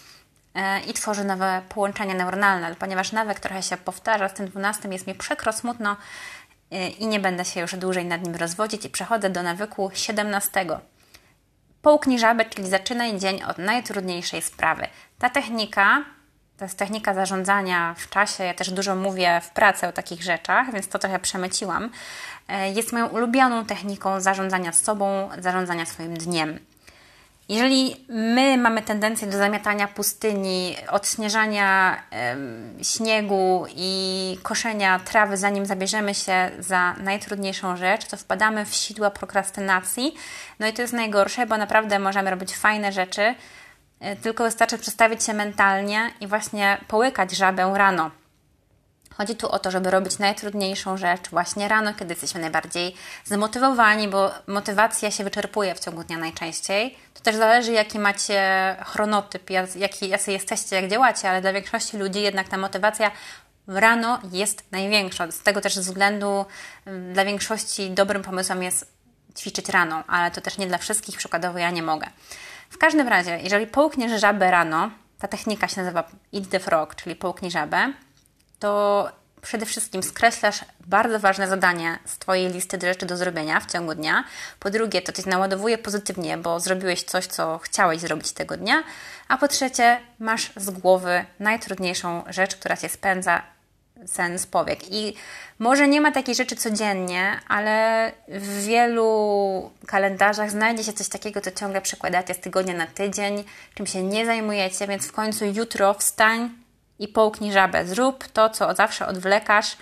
S1: i tworzy nowe połączenia neuronalne. Ale ponieważ nawyk trochę się powtarza, z tym dwunastym jest mi przykro, smutno i nie będę się już dłużej nad nim rozwodzić i przechodzę do nawyku siedemnastego. Połknij żabę, czyli zaczynaj dzień od najtrudniejszej sprawy. Ta technika, to jest technika zarządzania w czasie, ja też dużo mówię w pracy o takich rzeczach, więc to trochę przemyciłam. Jest moją ulubioną techniką zarządzania sobą, zarządzania swoim dniem. Jeżeli my mamy tendencję do zamiatania pustyni, odśnieżania ym, śniegu i koszenia trawy, zanim zabierzemy się za najtrudniejszą rzecz, to wpadamy w sidła prokrastynacji. No i to jest najgorsze, bo naprawdę możemy robić fajne rzeczy, yy, tylko wystarczy przestawić się mentalnie i właśnie połykać żabę rano. Chodzi tu o to, żeby robić najtrudniejszą rzecz właśnie rano, kiedy jesteśmy najbardziej zmotywowani, bo motywacja się wyczerpuje w ciągu dnia najczęściej. To też zależy, jaki macie chronotyp, jaki, jacy jesteście, jak działacie, ale dla większości ludzi jednak ta motywacja rano jest największa. Z tego też względu dla większości dobrym pomysłem jest ćwiczyć rano, ale to też nie dla wszystkich, przykładowo ja nie mogę. W każdym razie, jeżeli połkniesz żabę rano, ta technika się nazywa Eat the Frog, czyli połknij żabę, to przede wszystkim skreślasz bardzo ważne zadanie z Twojej listy rzeczy do zrobienia w ciągu dnia. Po drugie, to Cię naładowuje pozytywnie, bo zrobiłeś coś, co chciałeś zrobić tego dnia. A po trzecie, masz z głowy najtrudniejszą rzecz, która Cię spędza sen z powiek. I może nie ma takiej rzeczy codziennie, ale w wielu kalendarzach znajdzie się coś takiego, co ciągle przekładacie z tygodnia na tydzień, czym się nie zajmujecie, więc w końcu jutro wstań i połknij żabę. Zrób to, co zawsze odwlekasz,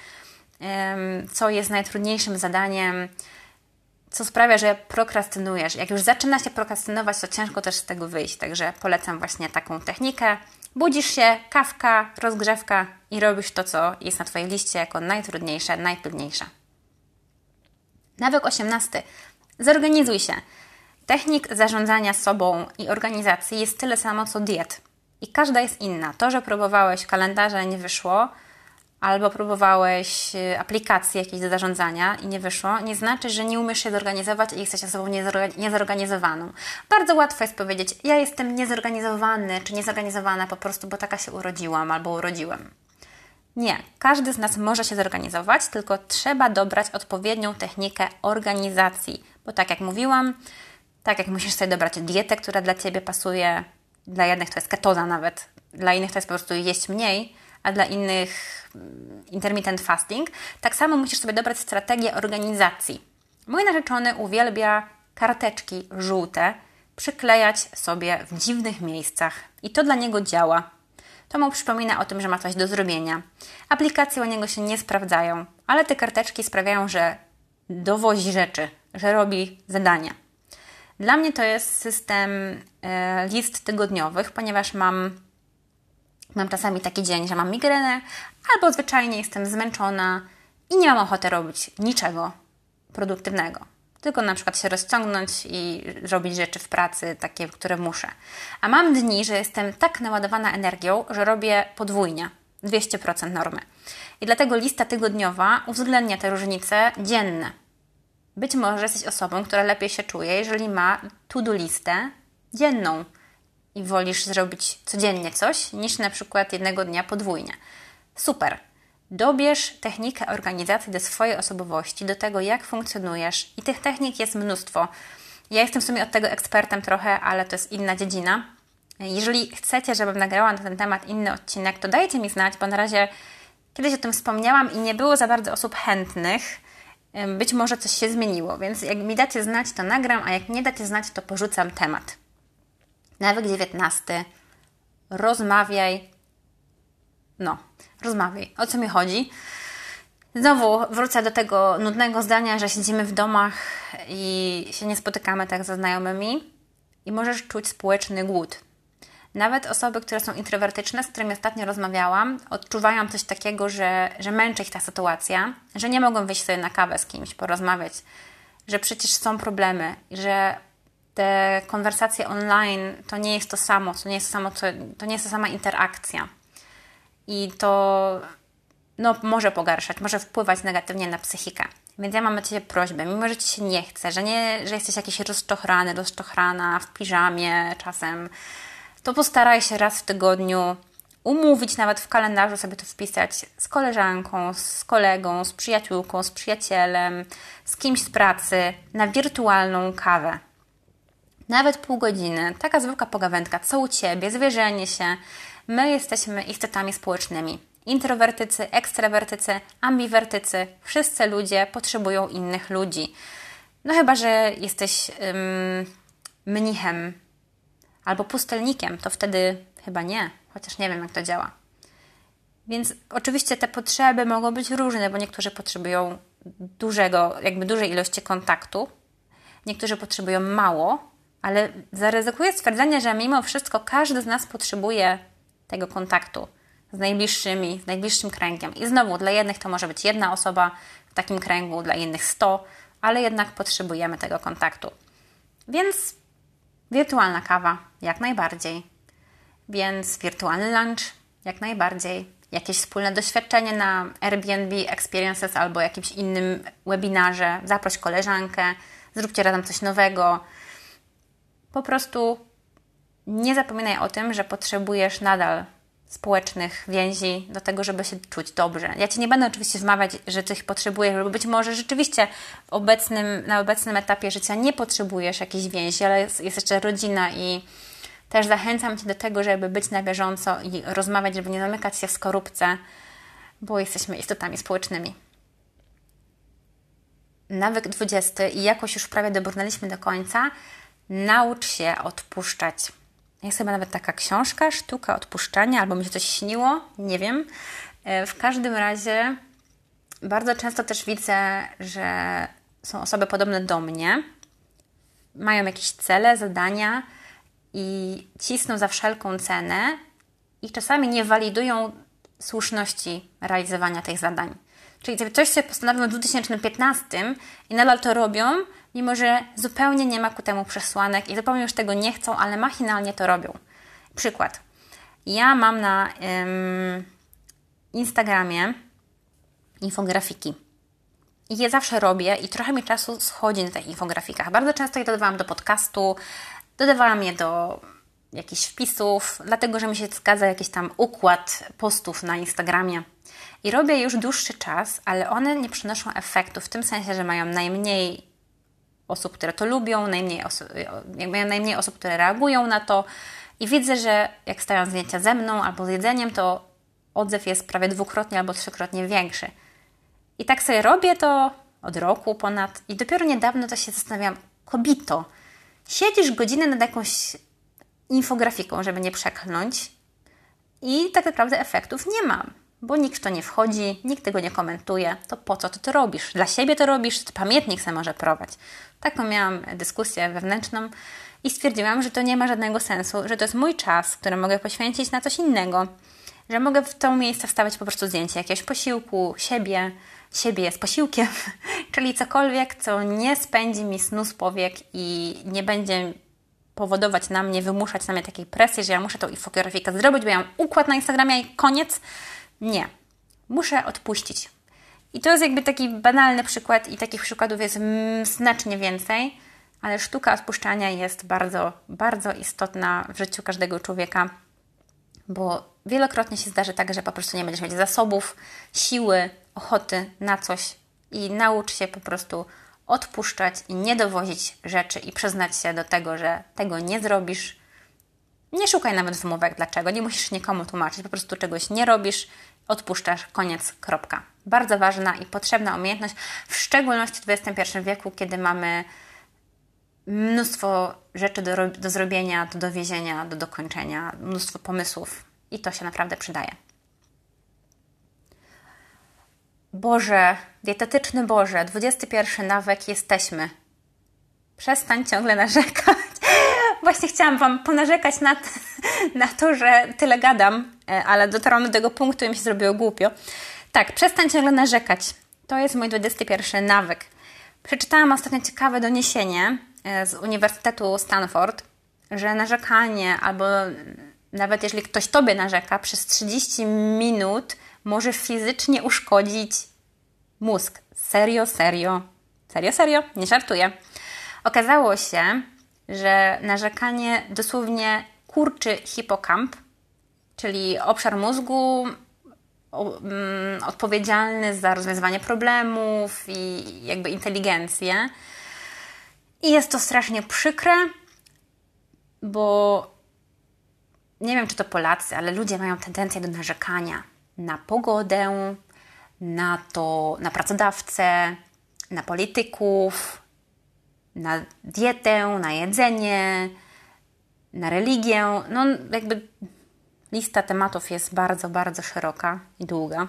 S1: co jest najtrudniejszym zadaniem, co sprawia, że prokrastynujesz. Jak już zaczyna się prokrastynować, to ciężko też z tego wyjść. Także polecam właśnie taką technikę. Budzisz się, kawka, rozgrzewka i robisz to, co jest na Twojej liście jako najtrudniejsze, najpilniejsze. Nawyk osiemnasty. Zorganizuj się. Technik zarządzania sobą i organizacji jest tyle samo, co diet. I każda jest inna. To, że próbowałeś kalendarza i nie wyszło, albo próbowałeś aplikacji jakiejś do zarządzania i nie wyszło, nie znaczy, że nie umiesz się zorganizować i jesteś osobą niezorganizowaną. Bardzo łatwo jest powiedzieć, ja jestem niezorganizowany, czy niezorganizowana po prostu, bo taka się urodziłam albo urodziłem. Nie. Każdy z nas może się zorganizować, tylko trzeba dobrać odpowiednią technikę organizacji. Bo tak jak mówiłam, tak jak musisz sobie dobrać dietę, która dla Ciebie pasuje, dla jednych to jest ketoza nawet, dla innych to jest po prostu jeść mniej, a dla innych intermittent fasting. Tak samo musisz sobie dobrać strategię organizacji. Mój narzeczony uwielbia karteczki żółte przyklejać sobie w dziwnych miejscach i to dla niego działa. To mu przypomina o tym, że ma coś do zrobienia. Aplikacje u niego się nie sprawdzają, ale te karteczki sprawiają, że dowozi rzeczy, że robi zadania. Dla mnie to jest system e, list tygodniowych, ponieważ mam, mam czasami taki dzień, że mam migrenę, albo zwyczajnie jestem zmęczona i nie mam ochoty robić niczego produktywnego. tylko na przykład się rozciągnąć i robić rzeczy w pracy, takie, które muszę. A mam dni, że jestem tak naładowana energią, że robię podwójnie, dwieście procent normy. I dlatego lista tygodniowa uwzględnia te różnice dzienne. Być może jesteś osobą, która lepiej się czuje, jeżeli ma to-do listę dzienną i wolisz zrobić codziennie coś, niż na przykład jednego dnia podwójnie. Super! Dobierz technikę organizacji do swojej osobowości, do tego, jak funkcjonujesz. I tych technik jest mnóstwo. Ja jestem w sumie od tego ekspertem trochę, ale to jest inna dziedzina. Jeżeli chcecie, żebym nagrała na ten temat inny odcinek, to dajcie mi znać, bo na razie kiedyś o tym wspomniałam i nie było za bardzo osób chętnych. Być może coś się zmieniło, więc jak mi dacie znać, to nagram, a jak nie dacie znać, to porzucam temat. Nawyk dziewiętnasty. Rozmawiaj. No, rozmawiaj. O co mi chodzi? Znowu wrócę do tego nudnego zdania, że siedzimy w domach i się nie spotykamy tak ze znajomymi i możesz czuć społeczny głód. Nawet osoby, które są introwertyczne, z którymi ostatnio rozmawiałam, odczuwają coś takiego, że, że męczy ich ta sytuacja, że nie mogą wyjść sobie na kawę z kimś, porozmawiać, że przecież są problemy, że te konwersacje online to nie jest to samo, to nie jest to, samo, to, to nie jest to sama interakcja. I to no, może pogarszać, może wpływać negatywnie na psychikę. Więc ja mam do Ciebie prośbę, mimo że Ci się nie chce, że, nie, że jesteś jakiś rozczochrany, rozczochrana w piżamie czasem, to postaraj się raz w tygodniu umówić, nawet w kalendarzu sobie to wpisać z koleżanką, z kolegą, z przyjaciółką, z przyjacielem, z kimś z pracy na wirtualną kawę. Nawet pół godziny, taka zwykła pogawędka, co u Ciebie, zwierzenie się. My jesteśmy istotami społecznymi. Introwertycy, ekstrawertycy, ambiwertycy, wszyscy ludzie potrzebują innych ludzi. No chyba, że jesteś ym, mnichem albo pustelnikiem, to wtedy chyba nie, chociaż nie wiem, jak to działa. Więc oczywiście te potrzeby mogą być różne, bo niektórzy potrzebują dużego, jakby dużej ilości kontaktu, niektórzy potrzebują mało, ale zaryzykuję stwierdzenie, że mimo wszystko każdy z nas potrzebuje tego kontaktu z najbliższymi, z najbliższym kręgiem. I znowu, dla jednych to może być jedna osoba w takim kręgu, dla innych sto, ale jednak potrzebujemy tego kontaktu. Więc wirtualna kawa, jak najbardziej. Więc wirtualny lunch, jak najbardziej. Jakieś wspólne doświadczenie na Airbnb Experiences albo jakimś innym webinarze. Zaproś koleżankę, zróbcie razem coś nowego. Po prostu nie zapominaj o tym, że potrzebujesz nadal społecznych więzi do tego, żeby się czuć dobrze. Ja Ci nie będę oczywiście wmawiać, że Ty ich potrzebujesz, bo być może rzeczywiście w obecnym, na obecnym etapie życia nie potrzebujesz jakiejś więzi, ale jest, jest jeszcze rodzina i też zachęcam Cię do tego, żeby być na bieżąco i rozmawiać, żeby nie zamykać się w skorupce, bo jesteśmy istotami społecznymi. Nawyk dwudziesty i jakoś już prawie dobrnęliśmy do końca. Naucz się odpuszczać. Jest chyba nawet taka książka, Sztuka odpuszczania, albo mi się coś śniło, nie wiem. W każdym razie bardzo często też widzę, że są osoby podobne do mnie, mają jakieś cele, zadania i cisną za wszelką cenę i czasami nie walidują słuszności realizowania tych zadań. Czyli coś sobie postanowią w dwa tysiące piętnastym i nadal to robią, mimo że zupełnie nie ma ku temu przesłanek i zupełnie już tego nie chcą, ale machinalnie to robią. Przykład. Ja mam na ym, Instagramie infografiki. I je zawsze robię i trochę mi czasu schodzi na tych infografikach. Bardzo często je dodawałam do podcastu, dodawałam je do jakichś wpisów, dlatego że mi się zgadza jakiś tam układ postów na Instagramie. I robię już dłuższy czas, ale one nie przynoszą efektu w tym sensie, że mają najmniej osób, które to lubią, najmniej osób, mają najmniej osób, które reagują na to i widzę, że jak stawiam zdjęcia ze mną albo z jedzeniem, to odzew jest prawie dwukrotnie albo trzykrotnie większy. I tak sobie robię to od roku ponad i dopiero niedawno to się zastanawiam, kobito, siedzisz godzinę nad jakąś infografiką, żeby nie przeklnąć i tak naprawdę efektów nie mam, bo nikt w to nie wchodzi, nikt tego nie komentuje, to po co to ty robisz? Dla siebie to robisz, to pamiętnik sobie może prowadzić. Taką miałam dyskusję wewnętrzną i stwierdziłam, że to nie ma żadnego sensu, że to jest mój czas, który mogę poświęcić na coś innego. że mogę w to miejsce wstawiać po prostu zdjęcie jakiegoś posiłku, siebie, siebie z posiłkiem, czyli cokolwiek, co nie spędzi mi snu z powiek i nie będzie powodować na mnie, wymuszać na mnie takiej presji, że ja muszę tą infografikę zrobić, bo ja mam układ na Instagramie i koniec. Nie. Muszę odpuścić. I to jest jakby taki banalny przykład i takich przykładów jest znacznie więcej, ale sztuka odpuszczania jest bardzo, bardzo istotna w życiu każdego człowieka, bo wielokrotnie się zdarzy tak, że po prostu nie będziesz mieć zasobów, siły, ochoty na coś i naucz się po prostu odpuszczać i nie dowozić rzeczy i przyznać się do tego, że tego nie zrobisz. Nie szukaj nawet wymówek dlaczego, nie musisz nikomu tłumaczyć, po prostu czegoś nie robisz, odpuszczasz, koniec, kropka. Bardzo ważna i potrzebna umiejętność, w szczególności w dwudziestym pierwszym wieku, kiedy mamy mnóstwo rzeczy do, do zrobienia, do dowiezienia, do dokończenia, mnóstwo pomysłów i to się naprawdę przydaje. Boże, dietetyczny Boże, dwudziesty pierwszy nawyk jesteśmy. Przestań ciągle narzekać. Właśnie chciałam Wam ponarzekać na, t- na to, że tyle gadam, ale dotarłam do tego punktu i mi się zrobiło głupio. Tak, przestań ciągle narzekać. To jest mój dwudziesty pierwszy nawyk. Przeczytałam ostatnio ciekawe doniesienie z Uniwersytetu Stanford, że narzekanie albo nawet jeżeli ktoś Tobie narzeka, przez trzydzieści minut może fizycznie uszkodzić mózg. Serio, serio. Serio, serio? Nie żartuję. Okazało się, że narzekanie dosłownie kurczy hipokamp, czyli obszar mózgu o, mm, odpowiedzialny za rozwiązywanie problemów i jakby inteligencję. I jest to strasznie przykre, bo nie wiem, czy to Polacy, ale ludzie mają tendencję do narzekania na pogodę, na to, na pracodawcę, na polityków, na dietę, na jedzenie, na religię. No jakby lista tematów jest bardzo, bardzo szeroka i długa.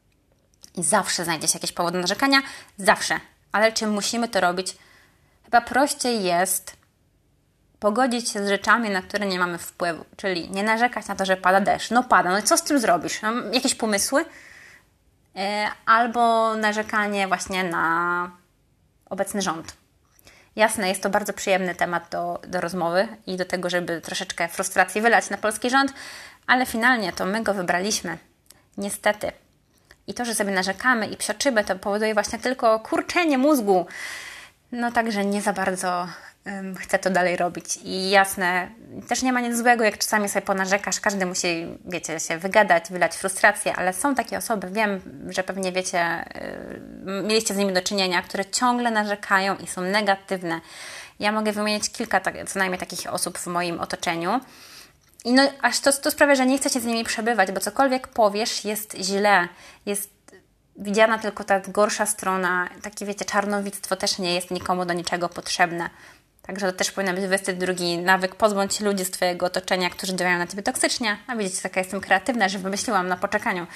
S1: I zawsze znajdzie się jakiś powód do narzekania. Zawsze. Ale czy musimy to robić? Chyba prościej jest pogodzić się z rzeczami, na które nie mamy wpływu. Czyli nie narzekać na to, że pada deszcz. No pada, no i co z tym zrobisz? No, jakieś pomysły? Yy, albo narzekanie właśnie na obecny rząd. Jasne, jest to bardzo przyjemny temat do, do rozmowy i do tego, żeby troszeczkę frustracji wylać na polski rząd, ale finalnie to my go wybraliśmy. Niestety. I to, że sobie narzekamy i psioczymy, to powoduje właśnie tylko kurczenie mózgu. No także nie za bardzo um, chcę to dalej robić. I jasne, też nie ma nic złego, jak czasami sobie ponarzekasz. Każdy musi, wiecie, się wygadać, wylać frustrację, ale są takie osoby, wiem, że pewnie wiecie, yy, mieliście z nimi do czynienia, które ciągle narzekają i są negatywne. Ja mogę wymienić kilka tak, co najmniej takich osób w moim otoczeniu. I no, aż to, to sprawia, że nie chcecie z nimi przebywać, bo cokolwiek powiesz jest źle, jest widziana tylko ta gorsza strona, takie wiecie, czarnowictwo też nie jest nikomu do niczego potrzebne. Także to też powinien być dwudziesty drugi nawyk. Pozbądź się ludzi z Twojego otoczenia, którzy działają na Ciebie toksycznie. A widzicie, taka jestem kreatywna, że wymyśliłam na poczekaniu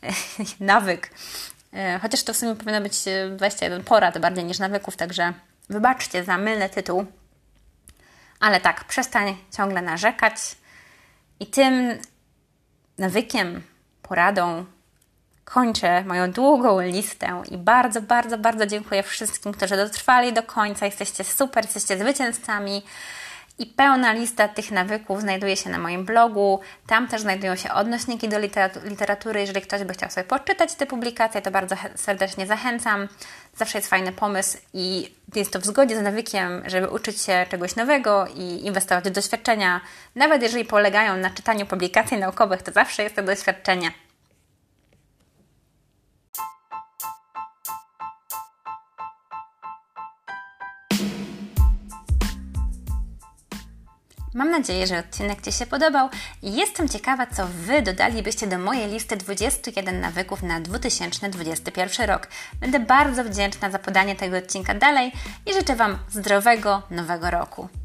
S1: nawyk. Chociaż to w sumie powinno być dwadzieścia jeden porad bardziej niż nawyków, także wybaczcie za mylny tytuł. Ale tak, przestań ciągle narzekać i tym nawykiem, poradą kończę moją długą listę i bardzo, bardzo, bardzo dziękuję wszystkim, którzy dotrwali do końca. Jesteście super, jesteście zwycięzcami i pełna lista tych nawyków znajduje się na moim blogu. Tam też znajdują się odnośniki do literatury. Jeżeli ktoś by chciał sobie poczytać te publikacje, to bardzo serdecznie zachęcam. Zawsze jest fajny pomysł i jest to w zgodzie z nawykiem, żeby uczyć się czegoś nowego i inwestować w doświadczenia. Nawet jeżeli polegają na czytaniu publikacji naukowych, to zawsze jest to doświadczenie. Mam nadzieję, że odcinek Ci się podobał i jestem ciekawa, co Wy dodalibyście do mojej listy dwudziestu jeden nawyków na dwa tysiące dwudziesty pierwszy rok. Będę bardzo wdzięczna za podanie tego odcinka dalej i życzę Wam zdrowego nowego roku.